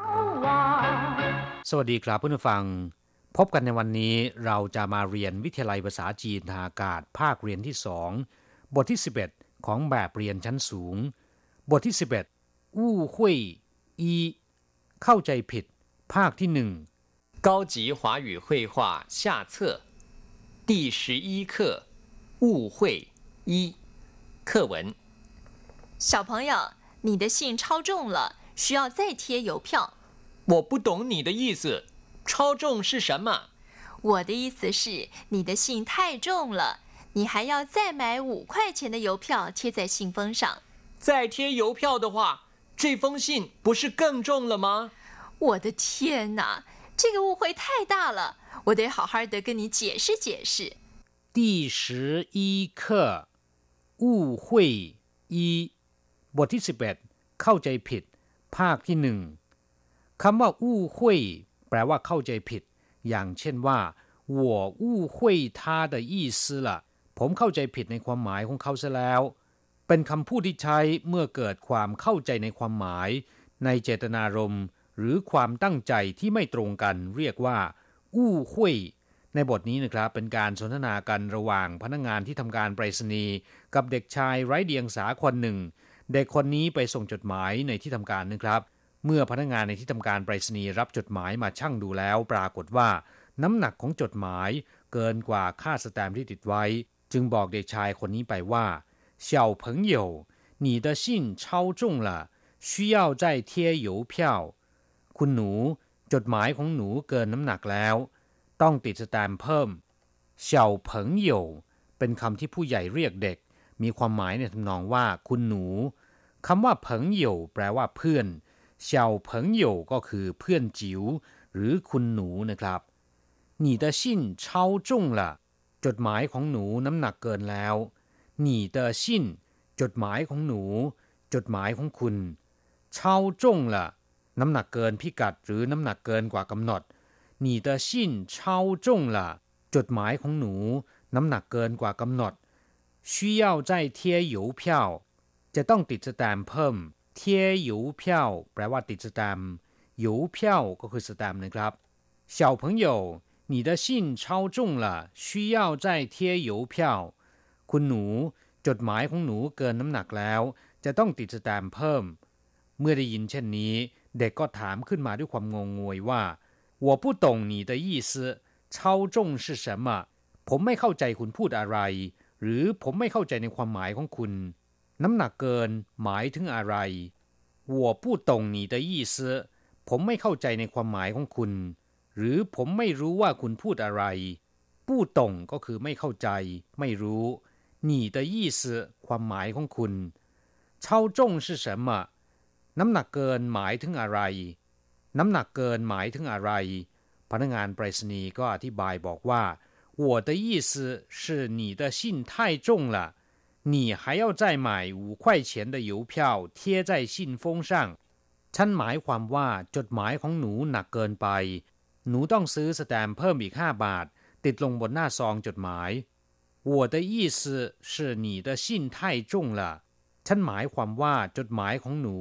สวัสดีครับเพื่อนผู้ฟังพบกันในวันนี้เราจะมาเรียนวิทยาลัยภาษาจีนทางอากาศภาคเรียนที่สองบทที่สิบเอ็ดของแบบเรียนชั้นสูงบทที่สิบเอ็ดอู้หุ่ยอีเข้าใจผิดภาคที่หนึ่ง高级华语绘画下册第十一课误会一课文小朋友你的信超重了需要再贴邮票我不懂你的意思超重是什么？ 我的意思是，你的信太重了，你还要再买五块钱的邮票贴在信封上。 再贴邮票的话，这封信不是更重了吗？ 我的天哪，这个误会太大了，我得好好的跟你解释解释。 第十一课误会一บทที่สิบเอ็ดเข้าใจผิดภาคที่หนึ่งคำว่าอู้หุ่ยแปลว่าเข้าใจผิดอย่างเช่นว่า我误会他的意思了ผมเข้าใจผิดในความหมายของเขาซะแล้วเป็นคำพูดที่ใช้เมื่อเกิดความเข้าใจในความหมายในเจตนารมณ์หรือความตั้งใจที่ไม่ตรงกันเรียกว่าอู้หุ่ยในบทนี้นะครับเป็นการสนทนากันระหว่างพนักงานที่ทำการไปรษณีย์กับเด็กชายไร้เดียงสาคนหนึ่งเด็กคนนี้ไปส่งจดหมายในที่ทำการนะครับเมื่อพนักงานในที่ทำการไปรษณีย์รับจดหมายมาชั่งดูแล้วปรากฏว่าน้ำหนักของจดหมายเกินกว่าค่าสแตมป์ที่ติดไว้จึงบอกเด็กชายคนนี้ไปว่า小朋友你的信超重了需要再贴邮票คุณหนูจดหมายของหนูเกินน้ำหนักแล้วต้องติดสแตมป์เพิ่ม小朋友เป็นคำที่ผู้ใหญ่เรียกเด็กมีความหมายในทำนองว่าคุณหนูคำว่าเผิงเหยวแปลว่าเพื่อนเสี่ยวเผิงเหยวก็คือเพื่อนจิ๋วหรือคุณหนูนะครับ你的信超重了จดหมายของหนูน้ำหนักเกินแล้ว你的信จดหมายของหนูจดหมายของคุณ超重了น้ำหนักเกินพิกัดหรือน้ำหนักเกินกว่ากำหนด你的信超重了จดหมายของหนูน้ำหนักเกินกว่ากำหนด需要再贴邮票จะต้องติดสแตมป์เพิ่มเทีย邮票แปลว่าติดสแตมป์邮票ก็คือสแตมป์นะครับ小朋友你的信超重了需要再贴邮票คุณหนูจดหมายของหนูเกินน้ำหนักแล้วจะต้องติดสแตมป์เพิ่มเมื่อได้ยินเช่นนี้เด็กก็ถามขึ้นมาด้วยความงงงวยว่า我不懂你的意思超重是什么ผมไม่เข้าใจคุณพูดอะไรหรือผมไม่เข้าใจในความหมายของคุณน้ำหนักเกินหมายถึงอะไร我不懂你的意思ผมไม่เข้าใจในความหมายของคุณหรือผมไม่รู้ว่าคุณพูดอะไรผู้ตงก็คือไม่เข้าใจไม่รู้你的意思ความหมายของคุณ超重是什么น้ำหนักเกินหมายถึงอะไรน้ำหนักเกินหมายถึงอะไรพนักงานไปรษณีย์ก็อธิบายบอกว่า我的意思是你的信太重了你还要再买五块钱的邮票贴在信封上ฉันหมายความว่าจดหมายของหนูหนักเกินไปหนูต้องซื้อสแตมป์เพิ่มอีกห้าบาทติดลงบนหน้าซองจดหมาย我的意思是你的信太重了ฉันหมายความว่าจดหมายของหนู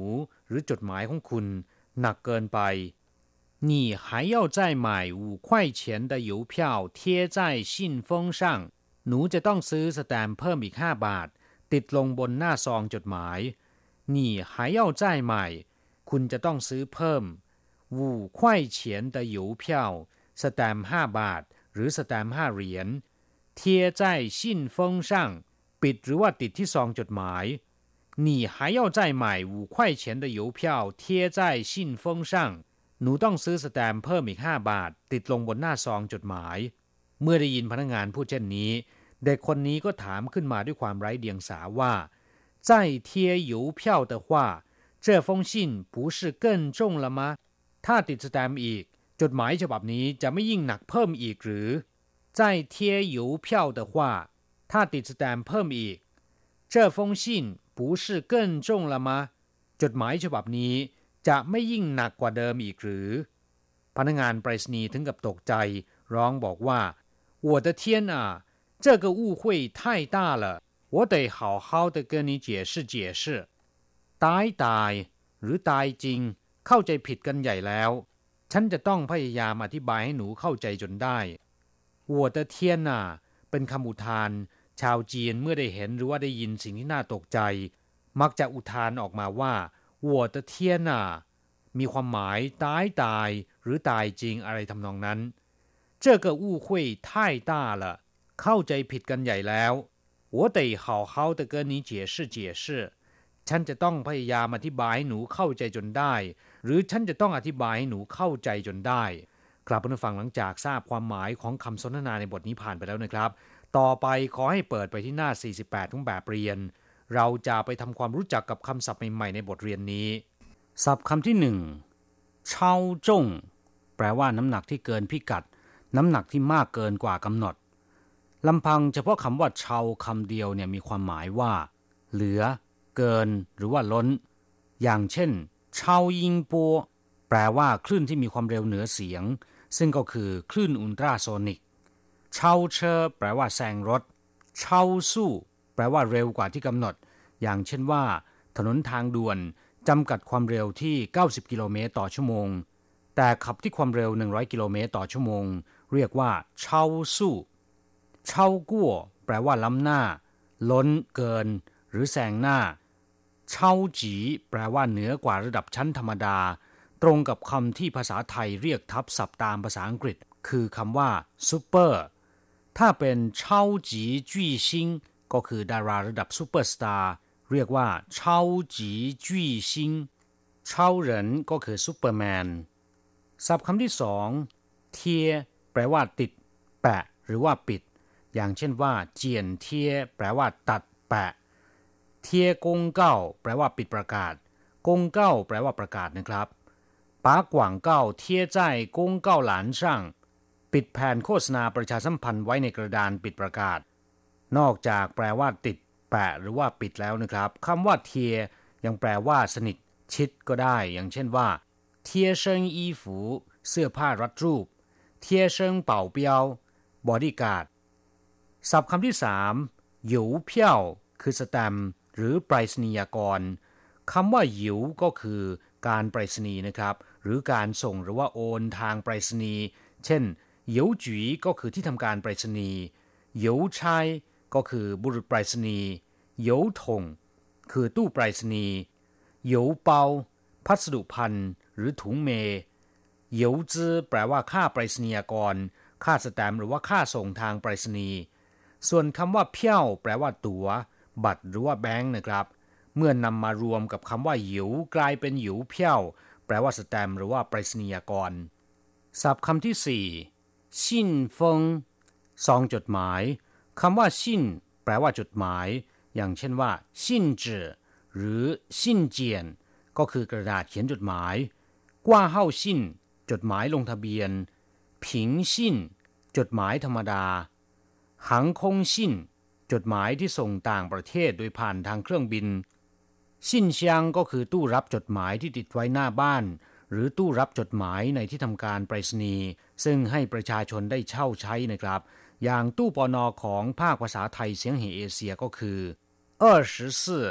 หรือจดหมายของคุณหนักเกินไป你还要再买五块钱的邮票贴在信封上หนูจะต้องซื้อสแตมป์เพิ่มอีกห้าบาทติดลงบนหน้าซองจดหมาย你还要再买คุณจะต้องซื้อเพิ่ม五块钱的邮票สแตมป์ห้าบาทหรือสแตมป์ห้าเหรียญ贴在信封上ปิดหรือว่าติดที่ซองจดหมาย你还要再买五块钱的邮票贴在信封上หนูต้องซื้อสแตมป์เพิ่มอีกห้าบาทติดลงบนหน้าซองจดหมายเมื่อได้ยินพนักงานพูดเช่นนี้เด็กคนนี้ก็ถามขึ้นมาด้วยความไร้เดียงสาว่า再贴邮票的话这封信不是更重了吗ถ้าติดสแตมป์อีกจดหมายฉบับนี้จะไม่ยิ่งหนักเพิ่มอีกหรือ再贴邮票的话ถ้าติดสแตมป์เพิ่มอีก这封信不是更重了吗จดหมายฉบับนี้จะไม่ยิ่งหนักกว่าเดิมอีกหรือพนักงานไปรษณีย์ถึงกับตกใจร้องบอกว่า我的天啊这个误会太大了我得好好的跟你解释解释ตายตายหรือตายจริงเข้าใจผิดกันใหญ่แล้วฉันจะต้องพยายามอธิบายให้หนูเข้าใจจนได้我的天啊เป็นคำอุทานชาวจีนเมื่อได้เห็นหรือว่าได้ยินสิ่งที่น่าตกใจมักจะอุทานออกมาว่า我的天啊มีความหมายตายตายหรือตายจริงอะไรทำนองนั้น这个误会太大了เข้าใจผิดกันใหญ่แล้ว我得好好的跟你解释解释ฉันจะต้องพยายามอธิบายให้หนูเข้าใจจนได้หรือฉันจะต้องอธิบายให้หนูเข้าใจจนได้ครับผู้ฟังหลังจากทราบความหมายของคำสนทนาในบทนี้ผ่านไปแล้วนะครับต่อไปขอให้เปิดไปที่หน้าสี่สิบแปดของแบบเรียนเราจะไปทำความรู้จักกับคำศัพท์ใหม่ๆในบทเรียนนี้ศัพท์คำที่หนึ่งเช่าจงแปลว่าน้ำหนักที่เกินพิกัดน้ำหนักที่มากเกินกว่ากำหนดลำพังเฉพาะคำว่าเช่าคำเดียวเนี่ยมีความหมายว่าเหลือเกินหรือว่าล้นอย่างเช่นเช่ายิงปัวแปลว่าคลื่นที่มีความเร็วเหนือเสียงซึ่งก็คือคลื่นอุลตราโซนิกเช่าเชอแปลว่าแซงรถเช่าสู้แปลว่าเร็วกว่าที่กำหนดอย่างเช่นว่าถนนทางด่วนจำกัดความเร็วที่เก้าสิบกิโลเมตรต่อชั่วโมงแต่ขับที่ความเร็วหนึ่งร้อยกิโลเมตรต่อชั่วโมงเรียกว่าเช่าสู้เช่ากั่วแปลว่าล้ำหน้าล้นเกินหรือแซงหน้าเช่าจีแปลว่าเหนือกว่าระดับชั้นธรรมดาตรงกับคำที่ภาษาไทยเรียกทับศัพท์ตามภาษาอังกฤษคือคำว่าซูเปอร์ถ้าเป็นเช่าจีจี้ซิงก็คือดาราระดับซูเปอร์สตาร์เรียกว่าเช่าจีจี้ซิงเช่าเหรินก็คือซูเปอร์แมนศัพท์คำที่สองเทียแปลว่าติดแปะหรือว่าปิดอย่างเช่นว่าเจียนเทียแปลว่าตัดแปะเทียกงเก้าแปลว่าปิดประกาศกงเก้าแปลว่าประกาศนะครับ把广告贴在公告栏上ปิดแผ่นโฆษณาประชาสัมพันธ์ไว้ในกระดานปิดประกาศนอกจากแปลว่าติดแปะหรือว่าปิดแล้วนะครับคำว่าเทียยังแปลว่าสนิทชิดก็ได้อย่างเช่นว่าเทียเซิงอีฝูเสื้อผ้ารัดรูปเทียเซิงเป่าเปียวบอดี้การ์ดศัพท์คำที่สามหยูเพี้ยวคือสแตมป์หรือไปรษณียากรคำว่าหยูก็คือการไปรษณีย์นะครับหรือการส่งหรือว่าโอนทางไปรษณีย์เช่นเหยวจุ๋ยก็คือที่ทำการไปรษณีย์เหยวชายก็คือบุรุษไปรษณีย์เหยวถงคือตู้ไปรษณีย์เหยวเปาพัสดุภัณฑ์หรือถุงเมเหยวจื้อแปลว่าค่าไปรษณียากรค่าสแตมป์หรือว่าค่าส่งทางไปรษณีย์ส่วนคำว่าเพี้ยวแปลว่าตั๋วบัตรหรือว่าแบงค์นะครับเมื่อนำมารวมกับคำว่าหยิวกลายเป็นหยิวเพี้ยวแปลว่าสแตมป์หรือว่าไปรษณียากรศัพท์คำที่สี่ซินเฟิงซองจดหมายคำว่าซินแปลว่าจดหมายอย่างเช่นว่าซินจื่อหรือซินเจียนก็คือกระดาษเขียนจดหมายกว่าเฮาซินจดหมายลงทะเบียนผิงซินจดหมายธรรมดาหังคงซินจดหมายที่ส่งต่างประเทศโดยผ่านทางเครื่องบินซินเซียงก็คือตู้รับจดหมายที่ติดไว้หน้าบ้านหรือตู้รับจดหมายในที่ทำการไปรษณีย์ซึ่งให้ประชาชนได้เช่าใช้นะครับอย่างตู้ปน.ของภาคภาษาไทยเสียงเหเอเชียก็คือ二十四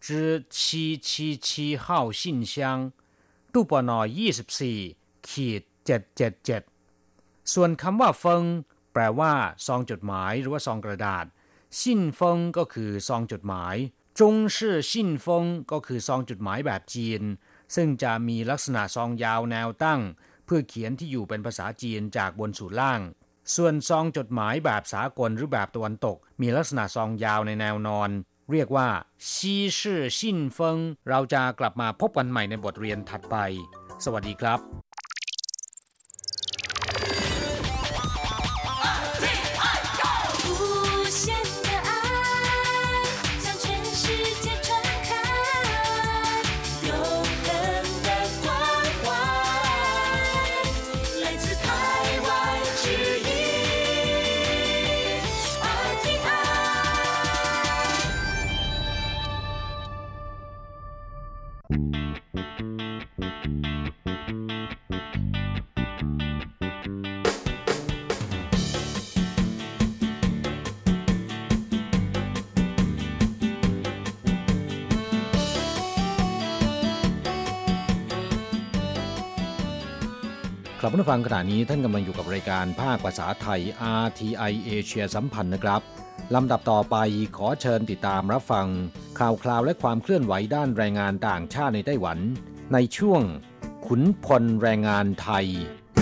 之七七七号信箱ตู้ปนยี่สิบสี่ขีดเจ็ดเจ็ดเจ็ดส่วนคำว่าเฟิงแปลว่าซองจดหมายหรือว่าซองกระดาษซินเฟิงก็คือซองจดหมายจงชื่อซินเฟิงก็คือซองจดหมายแบบจีนซึ่งจะมีลักษณะซองยาวแนวตั้งเพื่อเขียนที่อยู่เป็นภาษาจีนจากบนสู่ล่างส่วนซองจดหมายแบบสากลหรือแบบตะวันตกมีลักษณะซองยาวในแนวนอนเรียกว่าซีชื่อซินเฟิงเราจะกลับมาพบกันใหม่ในบทเรียนถัดไปสวัสดีครับครับผู้ฟังขณะนี้ท่านกำลังอยู่กับรายการภาคภาษาไทย อาร์ ที ไอ เอเชียสัมพันธ์นะครับลำดับต่อไปขอเชิญติดตามรับฟังข่าวคราวและความเคลื่อนไหวด้านแรงงานต่างชาติในไต้หวันในช่วงขุนพลแรงงานไทย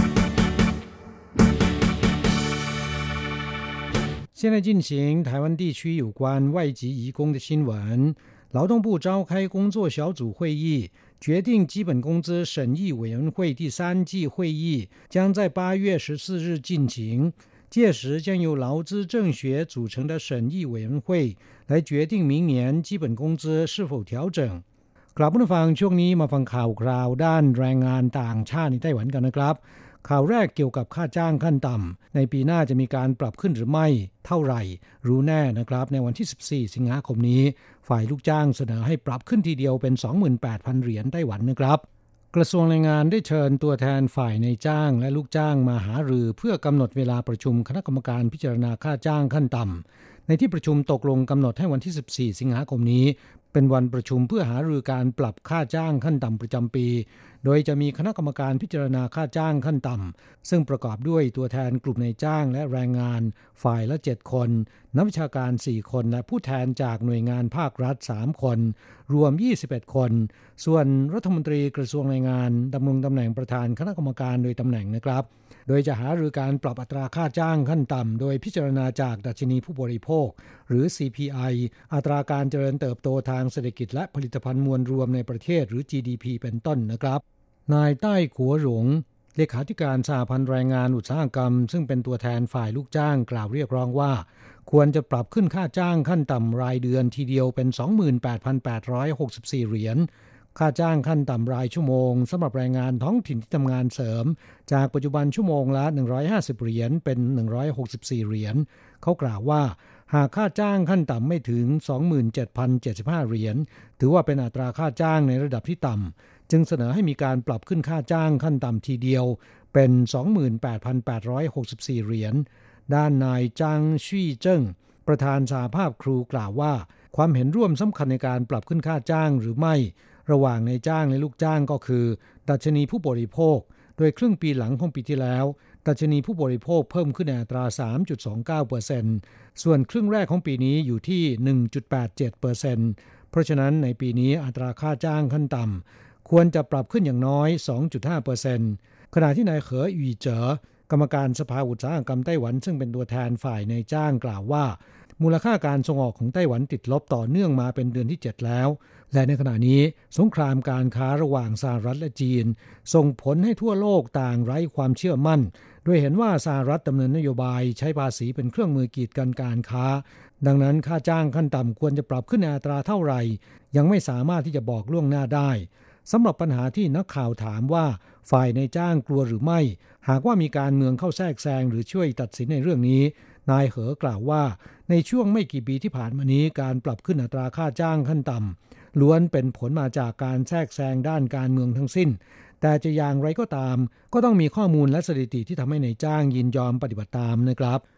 现在进行台湾地区有关外籍移工的新闻。劳动部召开工作小组会议，决定基本工资审议委员会第三季会议将在八月十四日进行，届时将由劳资政学组成的审议委员会来决定明年基本工资是否调整。กลับมาฟังช่วงนี้มาฟังข่าวคราวด้านแรงงานต่างชาติในไต้หวันกันนะครับข่าวแรกเกี่ยวกับค่าจ้างขั้นต่ำในปีหน้าจะมีการปรับขึ้นหรือไม่เท่าไหร่รู้แน่นะครับในวันที่สิบสี่สิงหาคมนี้ฝ่ายลูกจ้างเสนอให้ปรับขึ้นทีเดียวเป็น สองหมื่นแปดพัน เหรียญไต้หวันนะครับกระทรวงแรงงานได้เชิญตัวแทนฝ่ายนายจ้างและลูกจ้างมาหารือเพื่อกำหนดเวลาประชุมคณะกรรมการพิจารณาค่าจ้างขั้นต่ำในที่ประชุมตกลงกำหนดให้วันที่สิบสี่สิงหาคมนี้เป็นวันประชุมเพื่อหารือการปรับค่าจ้างขั้นต่ำประจำปีโดยจะมีคณะกรรมการพิจารณาค่าจ้างขั้นต่ำซึ่งประกอบด้วยตัวแทนกลุ่มนายจ้างและแรงงานฝ่ายละเจ็ดคนนักวิชาการสี่คนและผู้แทนจากหน่วยงานภาครัฐสามคนรวมยี่สิบเอ็ดคนส่วนรัฐมนตรีกระทรวงแรงงานดำรงตำแหน่งประธานคณะกรรมการโดยตำแหน่งนะครับโดยจะหารือการปรับอัตราค่าจ้างขั้นต่ำโดยพิจารณาจากดัชนีผู้บริโภคหรือ ซี พี ไอ อัตราการเจริญเติบโตทางเศรษฐกิจและผลิตภัณฑ์มวลรวมในประเทศหรือ จี ดี พี เป็นต้นนะครับนายใต้ขัวหลงเลขาธิการสหพันธ์แรงงานอุตสาหกรรมซึ่งเป็นตัวแทนฝ่ายลูกจ้างกล่าวเรียกร้องว่าควรจะปรับขึ้นค่าจ้างขั้นต่ำรายเดือนทีเดียวเป็น สองหมื่นแปดพันแปดร้อยหกสิบสี่ เหรียญค่าจ้างขั้นต่ำรายชั่วโมงสำหรับแรงงานท้องถิ่นที่ทำงานเสริมจากปัจจุบันชั่วโมงละหนึ่งร้อยห้าสิบเหรียญเป็นหนึ่งร้อยหกสิบสี่เหรียญเขากล่าวว่าหากค่าจ้างขั้นต่ำไม่ถึง สองหมื่นเจ็ดพันเจ็ดสิบห้า เหรียญถือว่าเป็นอัตราค่าจ้างในระดับที่ต่ำจึงเสนอให้มีการปรับขึ้นค่าจ้างขั้นต่ำทีเดียวเป็น สองหมื่นแปดพันแปดร้อยหกสิบสี่ เหรียญด้านนายจางชี่เจิ้งประธานสหภาพครูกล่าวว่าความเห็นร่วมสำคัญในการปรับขึ้นค่าจ้างหรือไม่ระหว่างนายจ้างและลูกจ้างก็คือดัชนีผู้บริโภคโดยครึ่งปีหลังของปีที่แล้วดัชนีผู้บริโภคเพิ่มขึ้นในอัตรา สามจุดสองเก้าเปอร์เซ็นต์ ส่วนครึ่งแรกของปีนี้อยู่ที่ หนึ่งจุดแปดเจ็ดเปอร์เซ็นต์ เพราะฉะนั้นในปีนี้อัตราค่าจ้างขั้นต่ำควรจะปรับขึ้นอย่างน้อย สองจุดห้าเปอร์เซ็นต์ ขณะที่นายเขออีเจ๋อกรรมการสภาอุตสาหกรรมไต้หวันซึ่งเป็นตัวแทนฝ่ายนายจ้างกล่าวว่ามูลค่าการส่งออกของไต้หวันติดลบต่อเนื่องมาเป็นเดือนที่เจ็ดแล้วและในขณะนี้สงครามการค้าระหว่างสหรัฐและจีนส่งผลให้ทั่วโลกต่างไร้ความเชื่อมั่นโดยเห็นว่าสหรัฐดำเนินนโยบายใช้ภาษีเป็นเครื่องมือกีดกันการค้าดังนั้นค่าจ้างขั้นต่ำควรจะปรับขึ้นในอัตราเท่าไหร่ยังไม่สามารถที่จะบอกล่วงหน้าได้สำหรับปัญหาที่นักข่าวถามว่าฝ่ายนายจ้างกลัวหรือไม่หากว่ามีการเมืองเข้าแทรกแซงหรือช่วยตัดสินในเรื่องนี้นายเหอกล่าวว่าในช่วงไม่กี่ปีที่ผ่านมานี้การปรับขึ้นอัตราค่าจ้างขั้นต่ำล้วนเป็นผลมาจากการแทรกแซงด้านการเมืองทั้งสิ้นแต่จะอย่างไรก็ตามก็ต้องมีข้อมูลและสถิติที่ทำให้นายจ้างยินยอมปฏิบัติตามนะครับ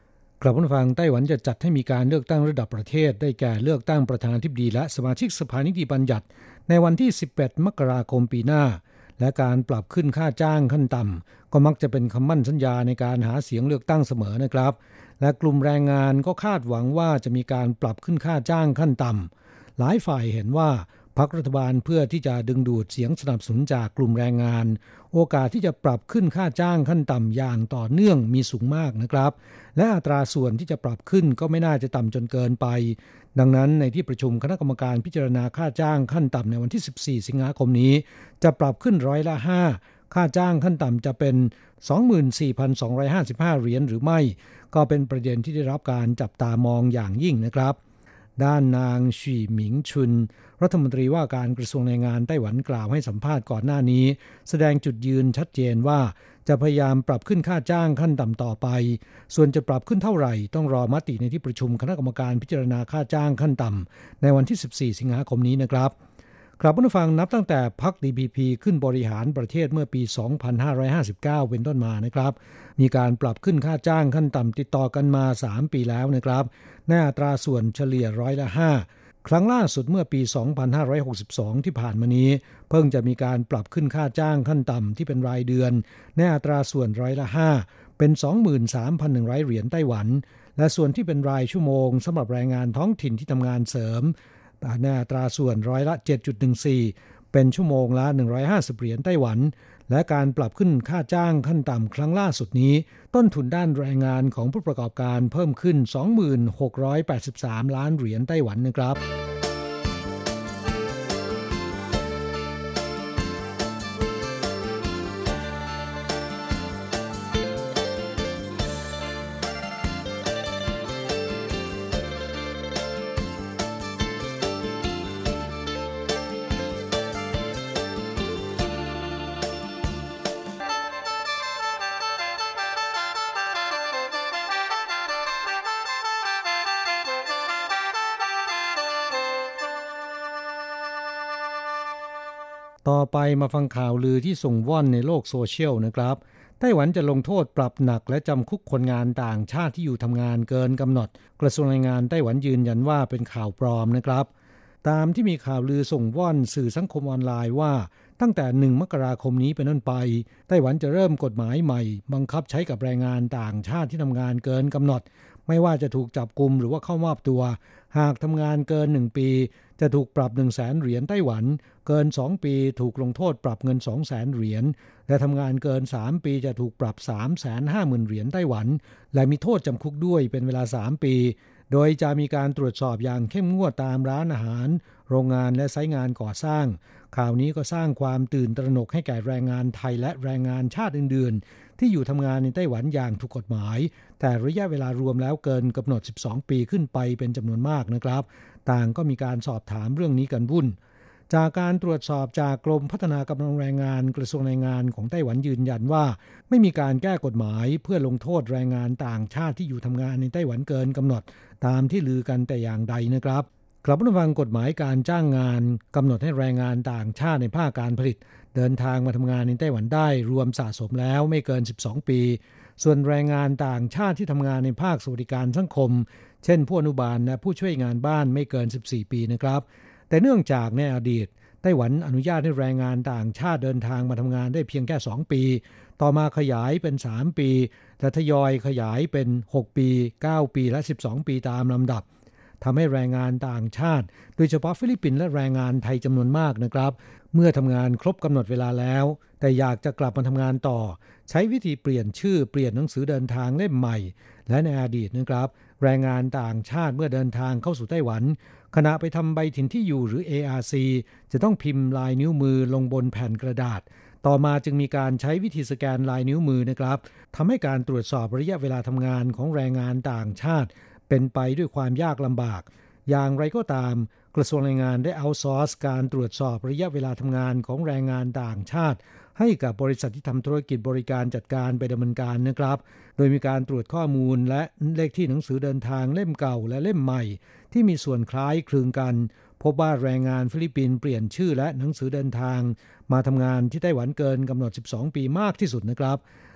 กลับมาฟังไต้หวันจะจัดให้มีการเลือกตั้งระดับประเทศได้แก่เลือกตั้งประธานาธิบดีและสมาชิกสภานิติบัญญัติในวันที่สิบแปดมกราคมปีหน้าและการปรับขึ้นค่าจ้างขั้นต่ำก็มักจะเป็นคำมั่นสัญญาในการหาเสียงเลือกตั้งเสมอนะครับและกลุ่มแรงงานก็คาดหวังว่าจะมีการปรับขึ้นค่าจ้างขั้นต่ำหลายฝ่ายเห็นว่าพรรครัฐบาลเพื่อที่จะดึงดูดเสียงสนับสนุนจากกลุ่มแรงงานโอกาสที่จะปรับขึ้นค่าจ้างขั้นต่ำอย่างต่อเนื่องมีสูงมากนะครับและอัตราส่วนที่จะปรับขึ้นก็ไม่น่าจะต่ำจนเกินไปดังนั้นในที่ประชุมคณะกรรมการพิจารณาค่าจ้างขั้นต่ำในวันที่สิบสี่สิงหาคมนี้จะปรับขึ้นร้อยละห้าค่าจ้างขั้นต่ำจะเป็น สองหมื่นสี่พันสองร้อยห้าสิบห้า เหรียญหรือไม่ก็เป็นประเด็นที่ได้รับการจับตามองอย่างยิ่งนะครับด้านนางชี่หมิงชุนรัฐมนตรีว่าการกระทรวงแรงงานไต้หวันกล่าวให้สัมภาษณ์ก่อนหน้านี้แสดงจุดยืนชัดเจนว่าจะพยายามปรับขึ้นค่าจ้างขั้นต่ำต่อไปส่วนจะปรับขึ้นเท่าไหร่ต้องรอมติในที่ประชุมคณะกรรมการพิจารณาค่าจ้างขั้นต่ำในวันที่สิบสี่สิงหาคมนี้นะครับครับผู้ฟังนับตั้งแต่พรรค ดี พี พี ขึ้นบริหารประเทศเมื่อปี สองพันห้าร้อยห้าสิบเก้า เป็นต้นมานะครับมีการปรับขึ้นค่าจ้างขั้นต่ำติดต่อกันมาสามปีแล้วนะครับในอัตราส่วนเฉลี่ยร้อยละห้าครั้งล่าสุดเมื่อปี สองพันห้าร้อยหกสิบสอง ที่ผ่านมานี้เพิ่งจะมีการปรับขึ้นค่าจ้างขั้นต่ำที่เป็นรายเดือนในอัตราส่วนร้อยละห้าเป็น สองหมื่นสามพันหนึ่งร้อย เหรียญไต้หวันและส่วนที่เป็นรายชั่วโมงสำหรับแรงงานท้องถิ่นที่ทำงานเสริมในอัตราส่วนร้อยละ เจ็ดจุดหนึ่งสี่ เป็นชั่วโมงละหนึ่งร้อยห้าสิบเหรียญไต้หวันและการปรับขึ้นค่าจ้างขั้นต่ำครั้งล่าสุดนี้ต้นทุนด้านแรงงานของผู้ประกอบการเพิ่มขึ้น สองหมื่นหกร้อยแปดสิบสาม ล้านเหรียญไต้หวันนะครับต่อไปมาฟังข่าวลือที่ส่งว่อนในโลกโซเชียลนะครับไต้หวันจะลงโทษปรับหนักและจำคุกคนงานต่างชาติที่อยู่ทำงานเกินกำหนดกระทรวงแรงงานไต้หวันยืนยันว่าเป็นข่าวปลอมนะครับตามที่มีข่าวลือส่งว่อนสื่อสังคมออนไลน์ว่าตั้งแต่หนึ่งมกราคมนี้เป็นต้นไปไต้หวันจะเริ่มกฎหมายใหม่บังคับใช้กับแรงงานต่างชาติที่ทำงานเกินกำหนดไม่ว่าจะถูกจับกุมหรือว่าเข้ามอบตัวหากทำงานเกินหนึ่งปีจะถูกปรับ หนึ่งแสน เหรียญไต้หวันเกินสองปีถูกลงโทษปรับเงิน สองแสน เหรียญและทำงานเกินสามปีจะถูกปรับ สามแสนห้าหมื่น เหรียญไต้หวันและมีโทษจำคุกด้วยเป็นเวลาสามปีโดยจะมีการตรวจสอบอย่างเข้มงวดตามร้านอาหารโรงงานและไซต์งานก่อสร้างข่าวนี้ก็สร้างความตื่นตระหนกให้แก่แรงงานไทยและแรงงานชาติอื่นๆที่อยู่ทำงานในไต้หวันอย่างถูกกฎหมายแต่ระยะเวลารวมแล้วเกินกำหนดสิบสองปีขึ้นไปเป็นจำนวนมากนะครับต่างก็มีการสอบถามเรื่องนี้กันวุ่นจากการตรวจสอบจากกรมพัฒนากำลังแรงงานกระทรวงแรงงานของไต้หวันยืนยันว่าไม่มีการแก้กฎหมายเพื่อลงโทษแรงงานต่างชาติที่อยู่ทำงานในไต้หวันเกินกำหนดตามที่ลือกันแต่อย่างใดนะครับกลับมาฟังกฎหมายการจ้างงานกำหนดให้แรงงานต่างชาติในภาคการผลิตเดินทางมาทำงานในไต้หวันได้รวมสะสมแล้วไม่เกินสิบสองปีส่วนแรงงานต่างชาติที่ทำงานในภาคสวัสดิการสังคมเช่นผู้อนุบาลและผู้ช่วยงานบ้านไม่เกินสิบสี่ปีนะครับแต่เนื่องจากในอดีตไต้หวันอนุญาตให้แรงงานต่างชาติเดินทางมาทำงานได้เพียงแค่สองปีต่อมาขยายเป็นสามปีและทยอยขยายเป็นหกปีเก้าปีและสิบสองปีตามลำดับทำให้แรงงานต่างชาติโดยเฉพาะฟิลิปปินส์และแรงงานไทยจำนวนมากนะครับเมื่อทำงานครบกำหนดเวลาแล้วแต่อยากจะกลับมาทำงานต่อใช้วิธีเปลี่ยนชื่อเปลี่ยนหนังสือเดินทางเล่มใหม่และในอดีตนะครับแรงงานต่างชาติเมื่อเดินทางเข้าสู่ไต้หวันขณะไปทำใบถิ่นที่อยู่หรือ เอ อาร์ ซี จะต้องพิมพ์ลายนิ้วมือลงบนแผ่นกระดาษต่อมาจึงมีการใช้วิธีสแกนลายนิ้วมือนะครับทำให้การตรวจสอบระยะเวลาทำงานของแรงงานต่างชาติเป็นไปด้วยความยากลำบากอย่างไรก็ตามกระทรวงแรงงานได้เอาซอร์สการตรวจสอบระยะเวลาทำงานของแรงงานต่างชาติให้กับบริษัทที่ทำธุรกิจบริการจัดการไปดำเนินการนะครับโดยมีการตรวจข้อมูลและเลขที่หนังสือเดินทางเล่มเก่าและเล่มใหม่ที่มีส่วนคล้ายคลึงกันพบว่าแรงงานฟิลิปปินส์เปลี่ยนชื่อและหนังสือเดินทางมาทำงานที่ไต้หวันเกินกำหนดสิบสองปีมากที่สุดนะครับ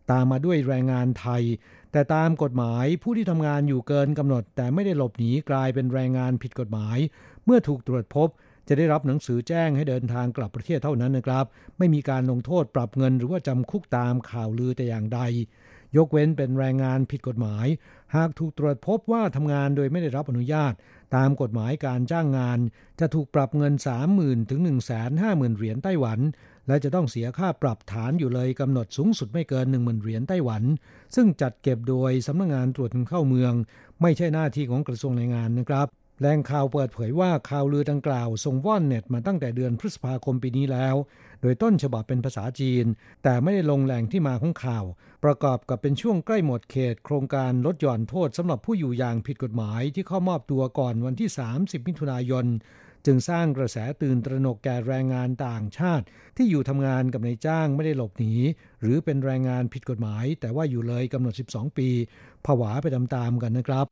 ตามมาด้วยแรงงานไทยแต่ตามกฎหมายผู้ที่ทำงานอยู่เกินกำหนดแต่ไม่ได้หลบหนีกลายเป็นแรงงานผิดกฎหมายเมื่อถูกตรวจพบจะได้รับหนังสือแจ้งให้เดินทางกลับประเทศเท่านั้นนะครับไม่มีการลงโทษปรับเงินหรือว่าจำคุกตามข่าวลือแต่อย่างใดยกเว้นเป็นแรงงานผิดกฎหมายหากถูกตรวจพบว่าทำงานโดยไม่ได้รับอนุญาตตามกฎหมายการจ้างงานจะถูกปรับเงิน สามหมื่น ถึง หนึ่งแสนห้าหมื่น เหรียญไต้หวันและจะต้องเสียค่าปรับฐานอยู่เลยกำหนดสูงสุดไม่เกิน หนึ่งหมื่น เหรียญไต้หวันซึ่งจัดเก็บโดยสำนักงานตรวจคนเข้าเมืองไม่ใช่หน้าที่ของกระทรวงแรงงานนะครับแหล่งข่าวเปิดเผยว่าข่าวลือดังกล่าวส่งว่อนเน็ตมาตั้งแต่เดือนพฤษภาคมปีนี้แล้วโดยต้นฉบับเป็นภาษาจีนแต่ไม่ได้ลงแหล่งที่มาของข่าวประกอบกับเป็นช่วงใกล้หมดเขตโครงการลดหย่อนโทษสำหรับผู้อยู่อย่างผิดกฎหมายที่เข้ามอบตัวก่อนวันที่สามสิบมิถุนายนจึงสร้างกระแสตื่นตระหนกแก่แรงงานต่างชาติที่อยู่ทำงานกับนายจ้างไม่ได้หลบหนีหรือเป็นแรงงานผิดกฎหมายแต่ว่าอยู่เลยกำหนดสิบสองปีผวาไปตามๆกันนะครับ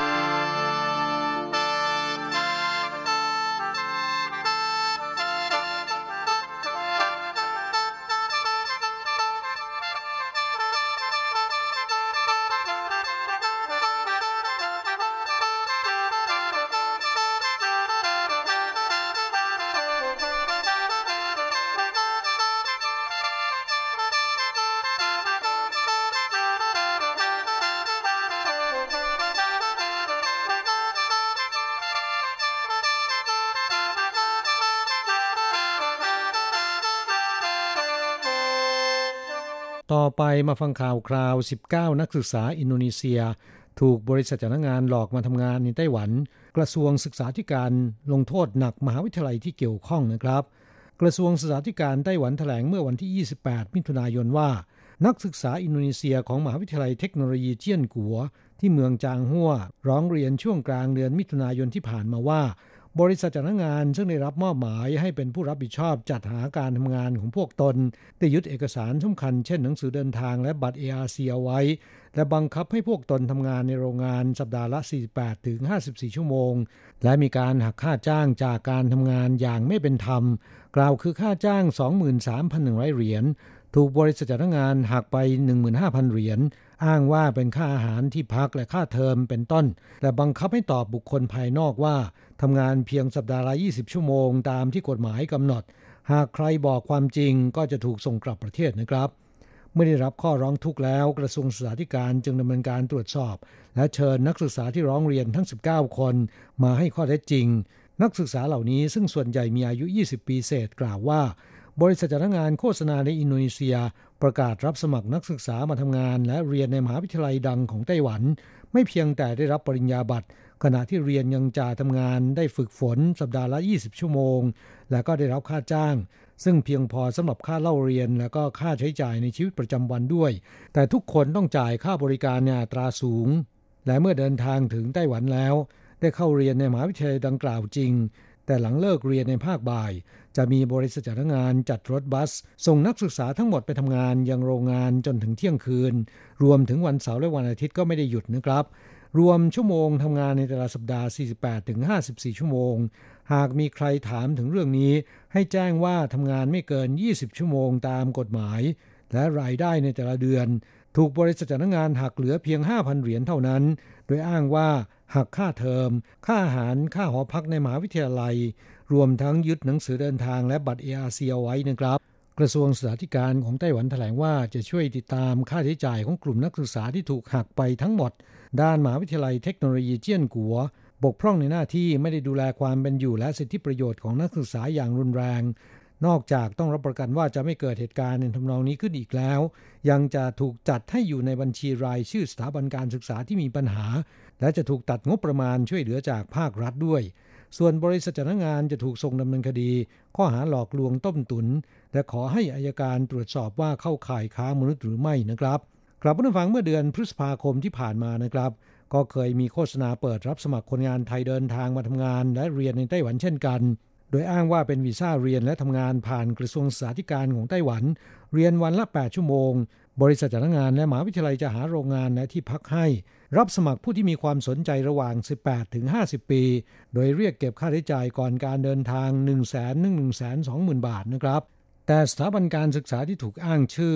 ต่อไปมาฟังข่าวคราวสิบเก้านักศึกษาอินโดนีเซียถูกบริษัทจ้างงานหลอกมาทำงานในไต้หวันกระทรวงศึกษาธิการลงโทษหนักมหาวิทยาลัยที่เกี่ยวข้องนะครับกระทรวงศึกษาธิการไต้หวันแถลงเมื่อวันที่ยี่สิบแปดมิถุนายนว่านักศึกษาอินโดนีเซียของมหาวิทยาลัยเทคโนโลยีเจี้ยนกัวที่เมืองจางฮั่วร้องเรียนช่วงกลางเดือนมิถุนายนที่ผ่านมาว่าบริษัทจ้างงานซึ่งได้รับมอบหมายให้เป็นผู้รับผิดชอบจัดหาการทำงานของพวกตนได้ยึดเอกสารสำคัญเช่นหนังสือเดินทางและบัตร เอ อาร์ ซี เอาไว้และบังคับให้พวกตนทำงานในโรงงานสัปดาห์ละ สี่สิบแปดถึงห้าสิบสี่ ชั่วโมงและมีการหักค่าจ้างจากการทำงานอย่างไม่เป็นธรรมกล่าวคือค่าจ้าง สองหมื่นสามพันหนึ่งร้อย เหรียญถูกบริษัทจ้างงานหักไป หนึ่งหมื่นห้าพัน เหรียญอ้างว่าเป็นค่าอาหารที่พักและค่าเทอมเป็นต้นและบังคับให้ตอบบุคคลภายนอกว่าทำงานเพียงสัปดาห์ละยี่สิบชั่วโมงตามที่กฎหมายกำหนดหากใครบอกความจริงก็จะถูกส่งกลับประเทศนะครับเมื่อได้รับข้อร้องทุกข์แล้วกระทรวงศึกษาธิการจึงดำเนินการตรวจสอบและเชิญนักศึกษาที่ร้องเรียนทั้งสิบเก้าคนมาให้ข้อเท็จจริงนักศึกษาเหล่านี้ซึ่งส่วนใหญ่มีอายุยี่สิบปีเศษกล่าวว่าบริษัทจ้างงานโฆษณาในอินโดนีเซียประกาศรับสมัครนักศึกษามาทำงานและเรียนในมหาวิทยาลัยดังของไต้หวันไม่เพียงแต่ได้รับปริญญาบัตรขณะที่เรียนยังจ่ายทำงานได้ฝึกฝนสัปดาห์ละยี่สิบชั่วโมงและก็ได้รับค่าจ้างซึ่งเพียงพอสำหรับค่าเล่าเรียนและก็ค่าใช้จ่ายในชีวิตประจำวันด้วยแต่ทุกคนต้องจ่ายค่าบริการในอัตราสูงและเมื่อเดินทางถึงไต้หวันแล้วได้เข้าเรียนในมหาวิทยาลัยดังกล่าวจริงแต่หลังเลิกเรียนในภาคบ่ายจะมีบริษัทจ้างงานจัดรถบัสส่งนักศึกษาทั้งหมดไปทำงานยังโรงงานจนถึงเที่ยงคืนรวมถึงวันเสาร์และวันอาทิตย์ก็ไม่ได้หยุดนะครับรวมชั่วโมงทำงานในแต่ละสัปดาห์ สี่สิบแปดถึงห้าสิบสี่ ชั่วโมงหากมีใครถามถึงเรื่องนี้ให้แจ้งว่าทำงานไม่เกินยี่สิบชั่วโมงตามกฎหมายและรายได้ในแต่ละเดือนถูกบริษัทจ้างงานหักเหลือเพียง ห้าพัน เหรียญเท่านั้นโดยอ้างว่าหักค่าเทอมค่าอาหารค่าหอพักในมหาวิทยาลัยรวมทั้งยึดหนังสือเดินทางและบัตร เอ อาร์ ซี เอาไว้นะครับกระทรวงศึกษาธิการของไต้หวันแถลงว่าจะช่วยติดตามค่าใช้จ่ายของกลุ่มนักศึกษาที่ถูกหักไปทั้งหมดด้านมหาวิทยาลัยเทคโนโลยีเจี้ยนกัวบกพร่องในหน้าที่ไม่ได้ดูแลความเป็นอยู่และสิทธิประโยชน์ของนักศึกษาอย่างรุนแรงนอกจากต้องรับประกันว่าจะไม่เกิดเหตุการณ์ในทำนองนี้ขึ้นอีกแล้วยังจะถูกจัดให้อยู่ในบัญชีรายชื่อสถาบันการศึกษาที่มีปัญหาและจะถูกตัดงบประมาณช่วยเหลือจากภาครัฐด้วยส่วนบริษัทจ้างงานจะถูกส่งดำเนินคดีข้อหาหลอกลวงต้มตุ๋นและขอให้อัยการตรวจสอบว่าเข้าข่ายค้ามนุษย์หรือไม่นะครับกลับมาฟังเมื่อเดือนพฤษภาคมที่ผ่านมานะครับก็เคยมีโฆษณาเปิดรับสมัครคนงานไทยเดินทางมาทำงานและเรียนในไต้หวันเช่นกันโดยอ้างว่าเป็นวีซ่าเรียนและทำงานผ่านกระทรวงศึกษาธิการของไต้หวันเรียนวันละแปดชั่วโมงบริษัทจ้างงานและมหาวิทยาลัยจะหาโรงงานและที่พักให้รับสมัครผู้ที่มีความสนใจระหว่างสิบแปดถึงห้าสิบปีโดยเรียกเก็บค่าใช้จ่ายก่อนการเดินทาง หนึ่งแสน หนึ่งแสนสองหมื่น บาทนะครับแต่สถาบันการศึกษาที่ถูกอ้างชื่อ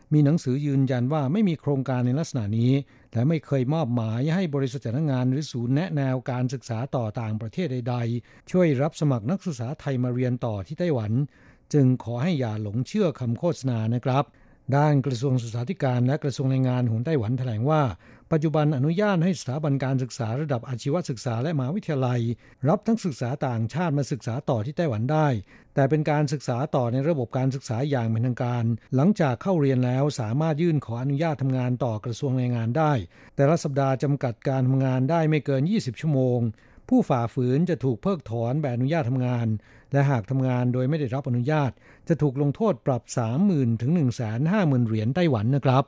มีหนังสือยืนยันว่าไม่มีโครงการในลักษณะนี้และไม่เคยมอบหมายให้บริษัทจ้างงานหรือศูนย์แนะแนวการศึกษาต่อต่างประเทศใดๆช่วยรับสมัครนักศึกษาไทยมาเรียนต่อที่ไต้หวันจึงขอให้อย่าหลงเชื่อคำโฆษณานะครับด้านกระทรวงศึกษาธิการและกระทรวงแรงงานของไต้หวันแถลงว่าปัจจุบันอนุญาตให้สถาบันการศึกษาระดับอาชีวศึกษาและมหาวิทยาลัยรับนักศึกษาต่างชาติมาศึกษาต่อที่ไต้หวันได้แต่เป็นการศึกษาต่อในระบบการศึกษาอย่างเป็นทางการหลังจากเข้าเรียนแล้วสามารถยื่นขออนุญาตทำงานต่อกระทรวงแรงงานได้แต่ละสัปดาห์จำกัดการทำงานได้ไม่เกินยี่สิบชั่วโมงผู้ฝ่าฝืนจะถูกเพิกถอนใบอนุญาตทำงานและหากทำงานโดยไม่ได้รับอนุญาตจะถูกลงโทษปรับ สามหมื่น ถึง หนึ่งแสนห้าหมื่น เหรียญไต้หวันนะครับ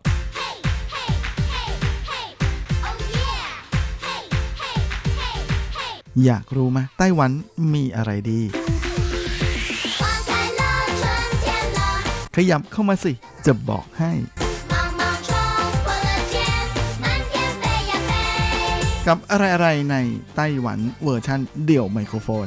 อยากรู้ไหมไต้หวันมีอะไรดีขยับเข้ามาสิจะบอกให้กับอะไรๆในไต้หวันเวอร์ชันเดี่ยวไมโครโฟน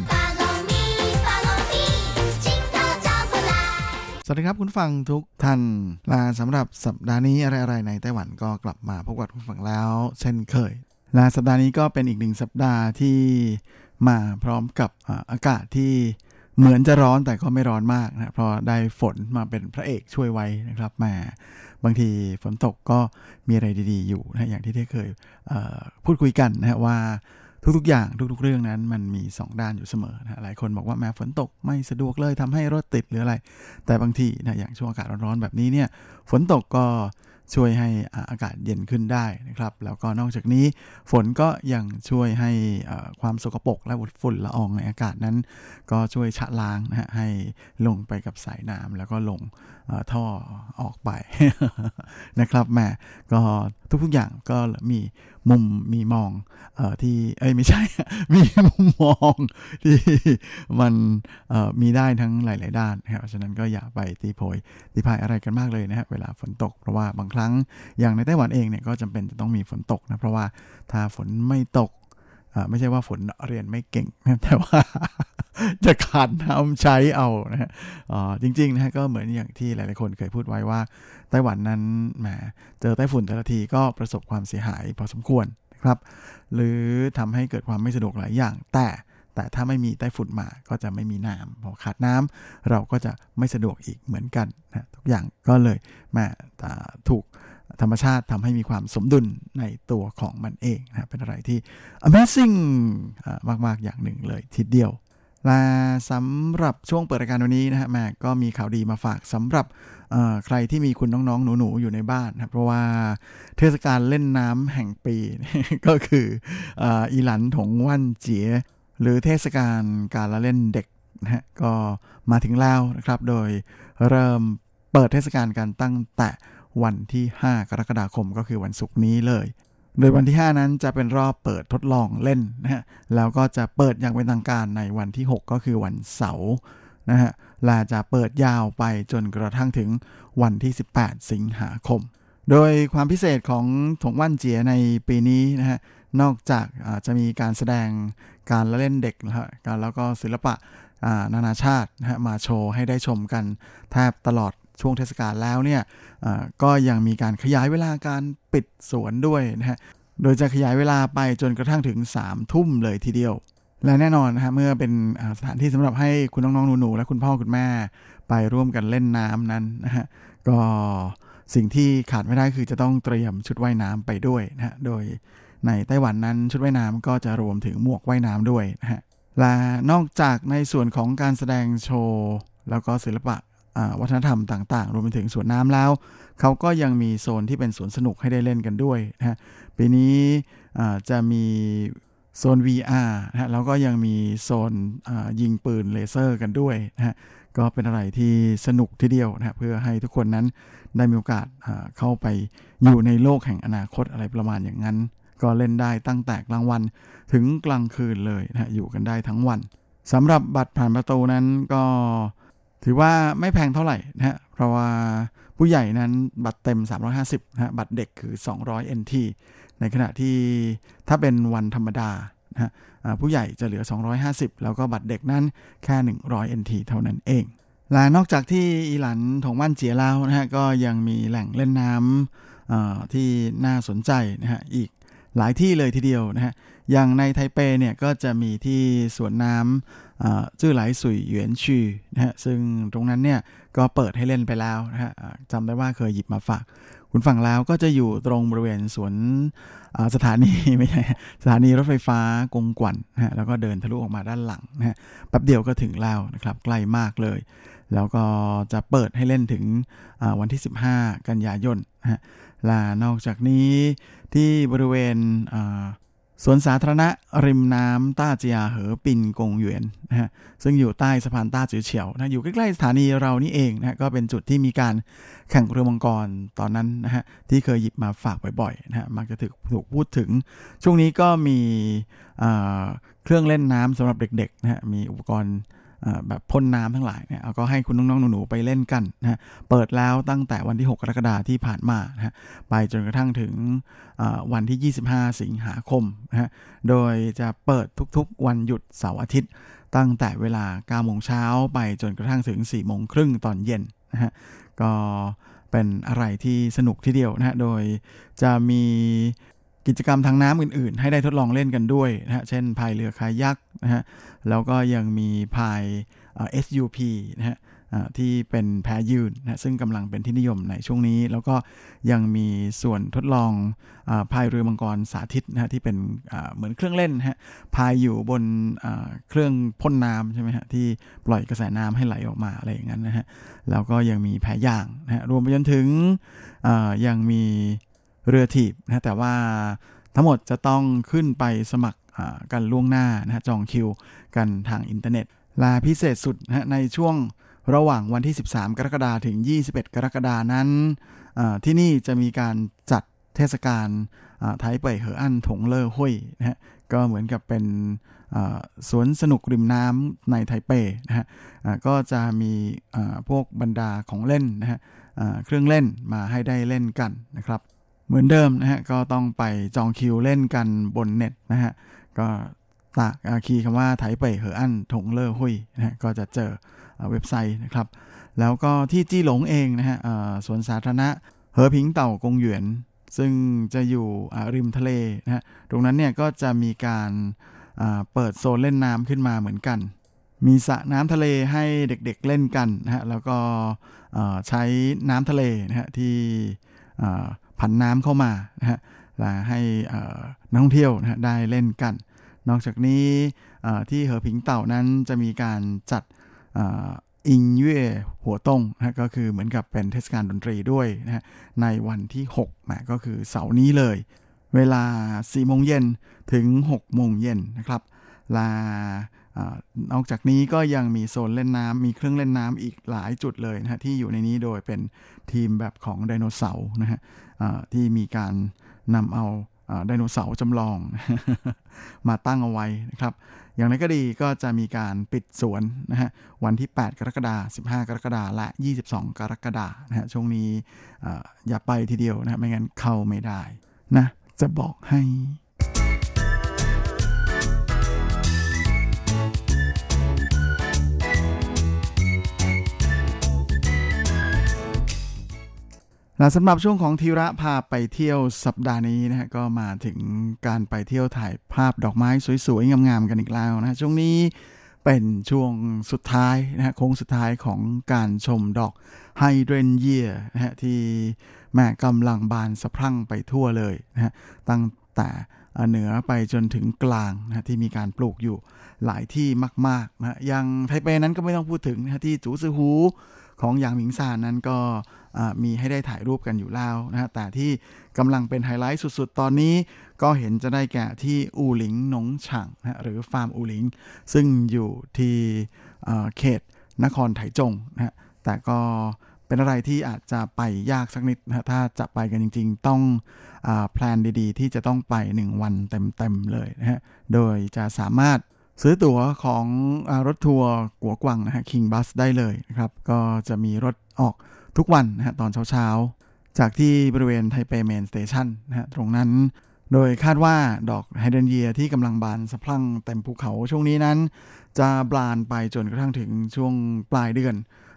สวัสดีครับคุณฟังทุกท่านและสำหรับสัปดาห์นี้อะไรๆในไต้หวันก็กลับมาพบกับคุณฟังแล้วเช่นเคยและสัปดาห์นี้ก็เป็นอีกหนึ่งสัปดาห์ที่มาพร้อมกับอากาศที่เหมือนจะร้อนแต่ก็ไม่ร้อนมากนะเพราะได้ฝนมาเป็นพระเอกช่วยไว้นะครับมาบางทีฝนตกก็มีอะไรดีๆอยู่นะอย่างที่ได้เคยพูดคุยกันนะว่าทุกๆอย่างทุกๆเรื่องนั้นมันมีสองด้านอยู่เสมอนะหลายคนบอกว่าแม้ฝนตกไม่สะดวกเลยทำให้รถติดหรืออะไรแต่บางทีนะอย่างช่วงอากาศร้อนๆแบบนี้เนี่ยฝนตกก็ช่วยให้อากาศเย็นขึ้นได้นะครับแล้วก็นอกจากนี้ฝนก็ยังช่วยให้ความสกปรกและฝุ่นละอองในอากาศนั้นก็ช่วยชะล้างนะฮะให้ลงไปกับสายน้ำแล้วก็ลงท่อออกไป นะครับแม่ก็ทุกๆอย่างก็มีมุมมีมองเอ่อที่เอ้ยไม่ใช่ มีมุมมองที่มันเอ่อมีได้ทั้งหลายๆด้านนะครับฉะนั้นก็อย่าไปตีโพยตีพายอะไรกันมากเลยนะฮะเวลาฝนตกเพราะว่าบางครั้งอย่างในไต้หวันเองเนี่ยก็จำเป็นจะต้องมีฝนตกนะเพราะว่าถ้าฝนไม่ตกอ่าไม่ใช่ว่าฝนเรียนไม่เก่งนะแต่ว่า จะขาดน้ำใช้เอานะฮะอ่าจริงๆนะฮะก็เหมือนอย่างที่หลายๆคนเคยพูดไว้ว่าไต้หวันนั้นแหมเจอไต้ฝุ่นแต่ละทีก็ประสบความเสียหายพอสมควรนะครับหรือทำให้เกิดความไม่สะดวกหลายอย่างแต่แต่ถ้าไม่มีไต้ฝุ่นมาก็จะไม่มีน้ำพอขาดน้ำเราก็จะไม่สะดวกอีกเหมือนกันนะทุกอย่างก็เลยแหมถูกธรรมชาติทำให้มีความสมดุลในตัวของมันเองนะเป็นอะไรที่ Amazing มากๆอย่างหนึ่งเลยทีเดียวและสำหรับช่วงเปิดรายการวันนี้นะฮะแม่ก็มีข่าวดีมาฝากสำหรับใครที่มีคุณน้องๆหนูๆอยู่ในบ้านนะเพราะว่าเทศกาลเล่นน้ำแห่งปี ก็คืออีหลันถงวันเจี๋ยหรือเทศกาลการละเล่นเด็กนะฮะก็มาถึงแล้วนะครับโดยเริ่มเปิดเทศกาลกันตั้งแต่วันที่ห้ากรกฎาคมก็คือวันศุกร์นี้เลยโดยวันที่ห้านั้นจะเป็นรอบเปิดทดลองเล่นนะฮะแล้วก็จะเปิดอย่างเป็นทางการในวันที่หกก็คือวันเสาร์นะฮะและจะเปิดยาวไปจนกระทั่งถึงวันที่สิบแปดสิงหาคมโดยความพิเศษของถงวันเจี๋ยในปีนี้นะฮะนอกจากจะมีการแสดงการละเล่นเด็กนะฮะการแล้วก็ศิลปะนานาชาตินะฮะมาโชว์ให้ได้ชมกันแทบตลอดช่วงเทศกาลแล้วเนี่ยก็ยังมีการขยายเวลาการปิดสวนด้วยนะฮะโดยจะขยายเวลาไปจนกระทั่งถึงสามทุ่มเลยทีเดียวและแน่นอนนะฮะเมื่อเป็นสถานที่สำหรับให้คุณน้องๆหนูๆและคุณพ่อคุณแม่ไปร่วมกันเล่นน้ำนั้นนะฮะก็สิ่งที่ขาดไม่ได้คือจะต้องเตรียมชุดว่ายน้ำไปด้วยนะฮะโดยในไต้หวันนั้นชุดว่ายน้ำก็จะรวมถึงหมวกว่ายน้ำด้วยนะฮะและนอกจากในส่วนของการแสดงโชว์แล้วก็ศิลปะวัฒนธรรมต่างๆรวมไปถึงสวนน้ำแล้วเขาก็ยังมีโซนที่เป็นสวนสนุกให้ได้เล่นกันด้วยนะฮะปีนี้จะมีโซน วี อาร์ นะฮะแล้วก็ยังมีโซนยิงปืนเลเซอร์กันด้วยนะฮะก็เป็นอะไรที่สนุกทีเดียวนะฮะเพื่อให้ทุกคนนั้นได้มีโอกาสเข้าไปอยู่ในโลกแห่งอนาคตอะไรประมาณอย่างนั้นก็เล่นได้ตั้งแต่กลางวันถึงกลางคืนเลยนะฮะอยู่กันได้ทั้งวันสำหรับบัตรผ่านประตูนั้นก็ถือว่าไม่แพงเท่าไหร่นะฮะเพราะว่าผู้ใหญ่นั้นบัตรเต็มสามร้อยห้าสิบนะฮะบัตรเด็กคือสองร้อย เอ็น ที ในขณะที่ถ้าเป็นวันธรรมดานะฮะผู้ใหญ่จะเหลือสองร้อยห้าสิบแล้วก็บัตรเด็กนั้นแค่หนึ่งร้อย เอ็น ที เท่านั้นเองและนอกจากที่อีหลันถงมั่นเจียแล้วนะฮะก็ยังมีแหล่งเล่นน้ำที่น่าสนใจนะฮะอีกหลายที่เลยทีเดียวนะฮะอย่างในไทเปเนี่ยก็จะมีที่สวนน้ำจื้อไหลสุยเหวียนชีนะฮะซึ่งตรงนั้นเนี่ยก็เปิดให้เล่นไปแล้วนะฮะจำได้ว่าเคยหยิบมาฝากคุณฟังแล้วก็จะอยู่ตรงบริเวณสวนสถานีไม่ใช่สถานีรถไฟฟ้ากงกวันนะฮะแล้วก็เดินทะลุออกมาด้านหลังนะฮะแป๊บเดียวก็ถึงแล้วนะครับใกล้มากเลยแล้วก็จะเปิดให้เล่นถึงวันที่สิบห้ากันยายนนะฮะและนอกจากนี้ที่บริเวณสวนสาธารณะริมน้ำต้าเจียเหอปินกงหยวนนะฮะซึ่งอยู่ใต้สะพานต้าจือเฉียวนะอยู่ใกล้ๆสถานีเรานี่เองนะฮะก็เป็นจุดที่มีการแข่งเรือมังกรตอนนั้นนะฮะที่เคยหยิบมาฝากบ่อยๆนะฮะมักจะถูกถูกพูดถึงช่วงนี้ก็มีเครื่องเล่นน้ำสำหรับเด็กๆนะฮะมีอุปกรณ์แบบพ่นน้ำทั้งหลายเนี่ยก็ให้คุณน้องๆหนูๆไปเล่นกันนะฮะเปิดแล้วตั้งแต่วันที่หกกรกฎาคมที่ผ่านมานะฮะไปจนกระทั่งถึงวันที่ยี่สิบห้าสิงหาคมนะฮะโดยจะเปิดทุกๆวันหยุดเสาร์อาทิตย์ตั้งแต่เวลา เก้าโมงเช้าไปจนกระทั่งถึง สี่โมงครึ่งตอนเย็นนะฮะก็เป็นอะไรที่สนุกทีเดียวนะฮะโดยจะมีกิจกรรมทางน้ำอื่นๆให้ได้ทดลองเล่นกันด้วยนะฮะเช่นพายเรือคายักนะฮะแล้วก็ยังมีพาย เอส ยู พี นะฮะที่เป็นแพยืนนะซึ่งกำลังเป็นที่นิยมในช่วงนี้แล้วก็ยังมีส่วนทดลองพายเรือมังกรสาธิตนะฮะที่เป็นเหมือนเครื่องเล่นนะฮะพายอยู่บนเครื่องพ่นน้ำใช่ไหมฮะที่ปล่อยกระแสน้ำให้ไหลออกมาอะไรอย่างนั้นนะฮะแล้วก็ยังมีแพย่างนะฮะรวมไปจนถึงยังมีเรือถีบนะแต่ว่าทั้งหมดจะต้องขึ้นไปสมัครกันล่วงหน้านะฮะจองคิวกันทางอินเทอร์เน็ตและพิเศษสุดนะฮะในช่วงระหว่างวันที่สิบสามกรกฎาคมถึงยี่สิบเอ็ดกรกฎาคมนั้นที่นี่จะมีการจัดเทศกาลไทเป่ยเหออั้นถงเล่อห้วยนะฮะก็เหมือนกับเป็นสวนสนุกริมน้ำในไทเปนะฮะก็จะมีพวกบรรดาของเล่นนะฮะเครื่องเล่นมาให้ได้เล่นกันนะครับเหมือนเดิมนะฮะก็ต้องไปจองคิวเล่นกันบนเน็ตนะฮะก็ตากคีย์คำว่าไทเป่ยเหออั้นถงเล่อห้วยนะฮะก็จะเจอเว็บไซต์นะครับแล้วก็ที่จี้หลงเองนะฮะสวนสาธารณะเหอพิงเต่ากงหยวนซึ่งจะอยู่ริมทะเลนะฮะตรงนั้นเนี่ยก็จะมีการเปิดโซนเล่นน้ำขึ้นมาเหมือนกันมีสระน้ำทะเลให้เด็กๆเล่นกันนะฮะแล้วก็ใช้น้ำทะเลนะฮะที่ผันน้ำเข้ามานะฮะและให้นักท่องเที่ยวนะฮะได้เล่นกันนอกจากนี้ที่เหอพิงเต่านั้นจะมีการจัดอิงเย่หัวต้งนะก็คือเหมือนกับเป็นเทศกาลดนตรีด้วยนะฮะในวันที่หกนะก็คือเสาร์นี้เลยเวลา สี่โมงเย็นถึง หกโมงเย็นนะครับและนอกจากนี้ก็ยังมีโซนเล่นน้ำมีเครื่องเล่นน้ำอีกหลายจุดเลยนะฮะที่อยู่ในนี้โดยเป็นทีมแบบของไดโนเสาร์นะฮะที่มีการนำเอาไดโนเสาร์จำลองมาตั้งเอาไว้นะครับอย่างไรก็ดีก็จะมีการปิดสวนนะฮะวันที่แปดกรกฎาคมสิบห้ากรกฎาคมและยี่สิบสองกรกฎาคมนะฮะช่วงนี้อย่าไปทีเดียวนะไม่งั้นเข้าไม่ได้นะจะบอกให้และสำหรับช่วงของธีระพาไปเที่ยวสัปดาห์นี้นะฮะก็มาถึงการไปเที่ยวถ่ายภาพดอกไม้สวยๆงามๆกันอีกแล้วนะฮะช่วงนี้เป็นช่วงสุดท้ายนะฮะโค้งสุดท้ายของการชมดอกไฮเดรนเยียนะฮะที่แม่กำลังบานสะพรั่งไปทั่วเลยนะฮะตั้งแต่เหนือไปจนถึงกลางนะฮะที่มีการปลูกอยู่หลายที่มากๆนะฮะอย่างไทเปนั้นก็ไม่ต้องพูดถึงนะฮะที่จูซือหูของหยางหมิงซานนั้นก็มีให้ได้ถ่ายรูปกันอยู่แล้วนะฮะแต่ที่กำลังเป็นไฮไลท์สุดๆตอนนี้ก็เห็นจะได้แก่ที่อูหลิงหนงฉางนะหรือฟาร์มอูหลิงซึ่งอยู่ที่เขตนครไถจงนะฮะแต่ก็เป็นอะไรที่อาจจะไปยากสักนิดนะถ้าจะไปกันจริงๆต้องแพลนดีๆที่จะต้องไปหนึ่งวันเต็มๆเลยนะฮะโดยจะสามารถซื้อตั๋วของรถทัวร์กัวกวังนะฮะ King Bus ได้เลยนะครับก็จะมีรถออกทุกวันนะฮะตอนเช้าๆจากที่บริเวณไทเปเมนสเตชันนะฮะตรงนั้นโดยคาดว่าดอกไฮเดรนเยียที่กำลังบานสะพรั่งเต็มภูเขาช่วงนี้นั้นจะบานไปจนกระทั่งถึงช่วงปลายเดือน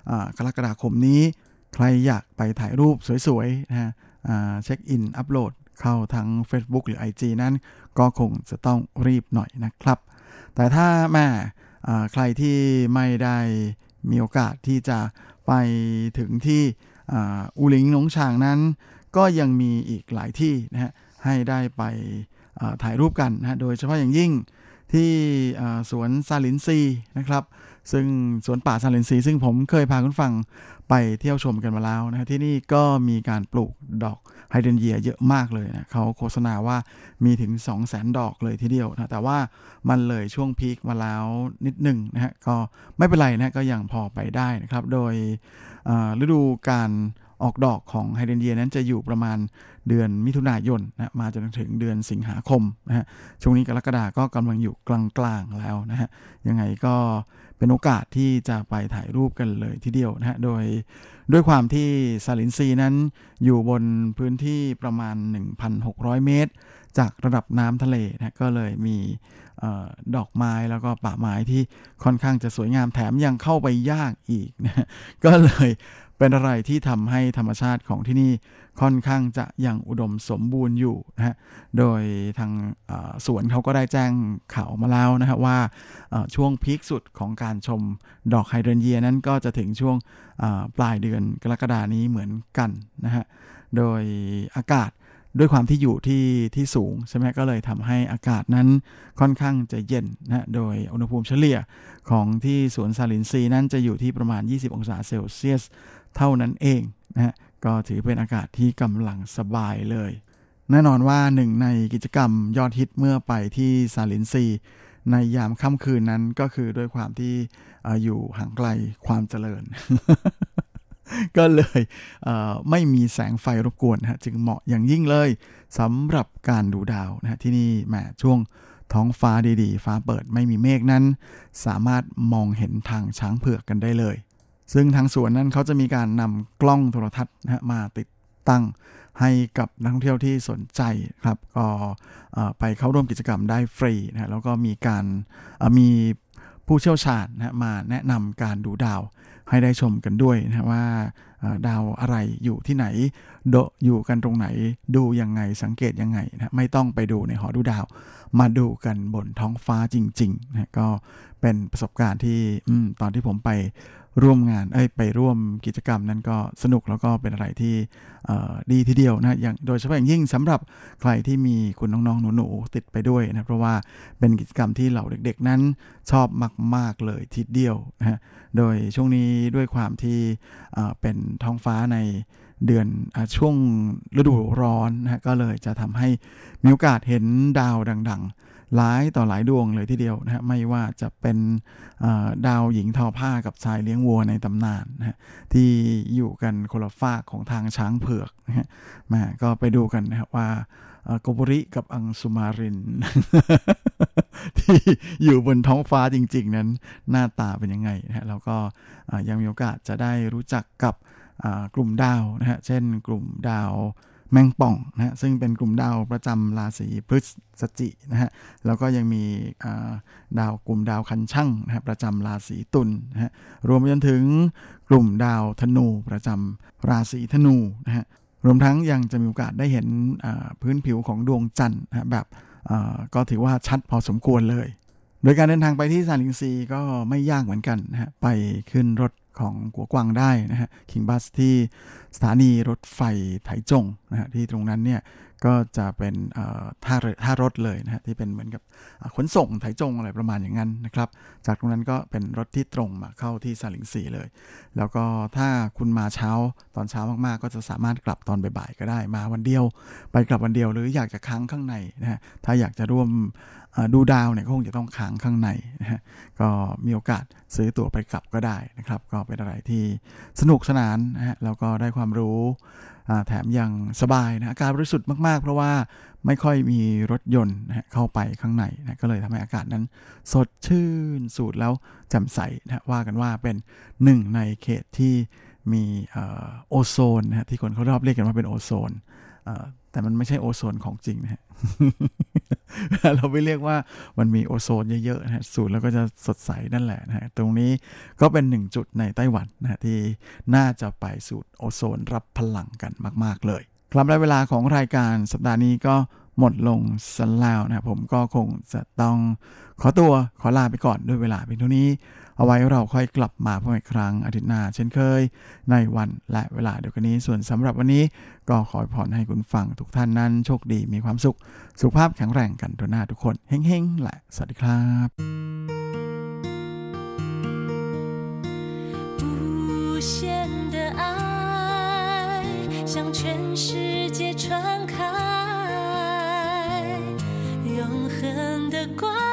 กรกฎาคมนี้ใครอยากไปถ่ายรูปสวยๆนะฮะเช็คอินอัปโหลดเข้าทั้ง Facebook หรือ ไอ จี นั้นก็คงจะต้องรีบหน่อยนะครับแต่ถ้าแม่ใครที่ไม่ได้มีโอกาสที่จะไปถึงที่อูหลิงหนงฉางนั้นก็ยังมีอีกหลายที่นะฮะให้ได้ไปถ่ายรูปกันนะโดยเฉพาะอย่างยิ่งที่สวนซาลินซีนะครับซึ่งสวนป่าซาลินซีซึ่งผมเคยพาคุณฟังไปเที่ยวชมกันมาแล้วนะที่นี่ก็มีการปลูกดอกไฮเดรนเยียเยอะมากเลยนะเขาโฆษณาว่ามีถึง สองแสน ดอกเลยทีเดียวนะแต่ว่ามันเลยช่วงพีคมาแล้วนิดหนึ่งนะฮะก็ไม่เป็นไรนะก็ยังพอไปได้นะครับโดยฤดูการออกดอกของไฮเดรนเยียนั้นจะอยู่ประมาณเดือนมิถุนายนนะมาจนถึงเดือนสิงหาคมนะฮะช่วงนี้กรกฎาคมก็กำลังอยู่กลางๆแล้วนะฮะยังไงก็เป็นโอกาสที่จะไปถ่ายรูปกันเลยทีเดียวนะฮะโดยด้วยความที่ซาลินซีนั้นอยู่บนพื้นที่ประมาณ หนึ่งพันหกร้อย เมตรจากระดับน้ำทะเลนะก็เลยมีเอ่อดอกไม้แล้วก็ป่าไม้ที่ค่อนข้างจะสวยงามแถมยังเข้าไปยากอีกนะก็เลยเป็นอะไรที่ทำให้ธรรมชาติของที่นี่ค่อนข้างจะยังอุดมสมบูรณ์อยู่นะฮะโดยทางสวนเขาก็ได้แจ้งข่าวมาแล้วนะฮะว่าช่วงพีคสุดของการชมดอกไฮเดรนเยียนั้นก็จะถึงช่วงปลายเดือนกรกฎาคมนี้เหมือนกันนะฮะโดยอากาศด้วยความที่อยู่ที่ที่สูงใช่ไหมก็เลยทำให้อากาศนั้นค่อนข้างจะเย็นนะโดยอุณหภูมิเฉลี่ยของที่สวนซาลินซีนั้นจะอยู่ที่ประมาณยี่สิบองศาเซลเซียสเท่านั้นเองนะฮะก็ถือเป็นอากาศที่กำลังสบายเลยแน่นอนว่าหนึ่งในกิจกรรมยอดฮิตเมื่อไปที่ซาลินซีในยามค่ำคืนนั้นก็คือด้วยความที่ อ, อยู่ห่างไกลความเจริญ ก็เลยไม่มีแสงไฟรบกวนนะจึงเหมาะอย่างยิ่งเลยสำหรับการดูดาวนะที่นี่แหมช่วงท้องฟ้าดีๆฟ้าเปิดไม่มีเมฆนั้นสามารถมองเห็นทางช้างเผือกกันได้เลยซึ่งทางสวนนั้นเขาจะมีการนำกล้องโทรทัศน์นะมาติดตั้งให้กับนักท่องเที่ยวที่สนใจครับก็ไปเข้าร่วมกิจกรรมได้ฟรีนะแล้วก็มีการมีผู้เชี่ยวชาญนะมาแนะนำการดูดาวให้ได้ชมกันด้วยนะว่าดาวอะไรอยู่ที่ไหนโดอยู่กันตรงไหนดูยังไงสังเกตยังไงนะไม่ต้องไปดูในหอดูดาวมาดูกันบนท้องฟ้าจริงๆนะก็เป็นประสบการณ์ที่ตอนที่ผมไปร่วมงานเอ้ยไปร่วมกิจกรรมนั้นก็สนุกแล้วก็เป็นอะไรที่ดีทีเดียวนะอย่างโดยเฉพาะอย่างยิ่งสำหรับใครที่มีคุณน้องๆหนูๆติดไปด้วยนะเพราะว่าเป็นกิจกรรมที่เหล่าเด็กๆนั้นชอบมากๆเลยทีเดียวนะฮะโดยช่วงนี้ด้วยความที่เป็นท้องฟ้าในเดือนช่วงฤดูร้อนนะก็เลยจะทำให้มีโอกาสเห็นดาวดังๆหลายต่อหลายดวงเลยทีเดียวนะฮะไม่ว่าจะเป็นดาวหญิงทอผ้ากับชายเลี้ยงวัวในตำนานนะฮะที่อยู่กันคนละฝากของทางช้างเผือกนะฮะมาก็ไปดูกันนะครับว่าโกโบริกับอังสุมาริน ที่อยู่บนท้องฟ้าจริงๆนั้นหน้าตาเป็นยังไงนะฮะแล้วก็ยังมีโอกาสจะได้รู้จักกับกลุ่มดาวนะฮะเช่นกลุ่มดาวแมงป่องนะฮะซึ่งเป็นกลุ่มดาวประจำราศีพฤศจินะฮะแล้วก็ยังมีดาวกลุ่มดาวคันชั่งนะฮะประจำราศีตุลนะฮะรวมไปจนถึงกลุ่มดาวธนูประจำราศีธนูนะฮะรวมทั้งยังจะมีโอกาสได้เห็นพื้นผิวของดวงจันทร์นะแบบก็ถือว่าชัดพอสมควรเลยโดยการเดินทางไปที่ซาลินซีก็ไม่ยากเหมือนกันนะฮะไปขึ้นรถของกัวกวางได้นะฮะคิงบัสที่สถานีรถไฟไถจงนะฮะที่ตรงนั้นเนี่ยก็จะเป็นท่าท่ารถเลยนะฮะที่เป็นเหมือนกับขนส่งไถจงอะไรประมาณอย่างนั้นนะครับจากตรงนั้นก็เป็นรถที่ตรงมาเข้าที่ซาลินซีเลยแล้วก็ถ้าคุณมาเช้าตอนเช้ามากๆก็จะสามารถกลับตอนบ่ายๆก็ได้มาวันเดียวไปกลับวันเดียวหรืออยากจะค้างข้างในนะฮะถ้าอยากจะร่วมดูดาวเนี่ยก็คงจะต้องค้างข้างในนะฮะก็มีโอกาสซื้อตั๋วไปกลับก็ได้นะครับก็เป็นอะไรที่สนุกสนานนะฮะแล้วก็ได้ความรู้แถมยังสบายนะอากาศบริสุทธิ์มากๆเพราะว่าไม่ค่อยมีรถยนต์นะเข้าไปข้างในนะก็เลยทำให้อากาศนั้นสดชื่นสูดแล้วแจ่มใสนะว่ากันว่าเป็นหนึ่งในเขตที่มีโอโซนนะที่คนเขาชอบเรียกกันว่าเป็นโอโซนแต่มันไม่ใช่โอโซนของจริงนะฮะเราไม่เรียกว่ามันมีโอโซนเยอะๆนะฮะสูดแล้วก็จะสดใสนั่นแหละนะฮะตรงนี้ก็เป็นหนึ่งจุดในไต้หวันนะที่น่าจะไปสูดโอโซนรับพลังกันมากๆเลยครับและเวลาของรายการสัปดาห์นี้ก็หมดลงซะแล้วนะผมก็คงจะต้องขอตัวขอลาไปก่อนด้วยเวลาเพียงเท่านี้เอาไว้เราค่อยกลับมาพบกันอีกครั้งอาทิตย์หน้าเช่นเคยในวันและเวลาเดียวกันนี้ส่วนสำหรับวันนี้ก็ขอพรให้คุณฟังทุกท่านนั้นโชคดีมีความสุขสุขภาพแข็งแรงกันทุกหน้าทุกคนเฮ้งๆและสวัสดีครับ无限的爱向全世界传开永恒的光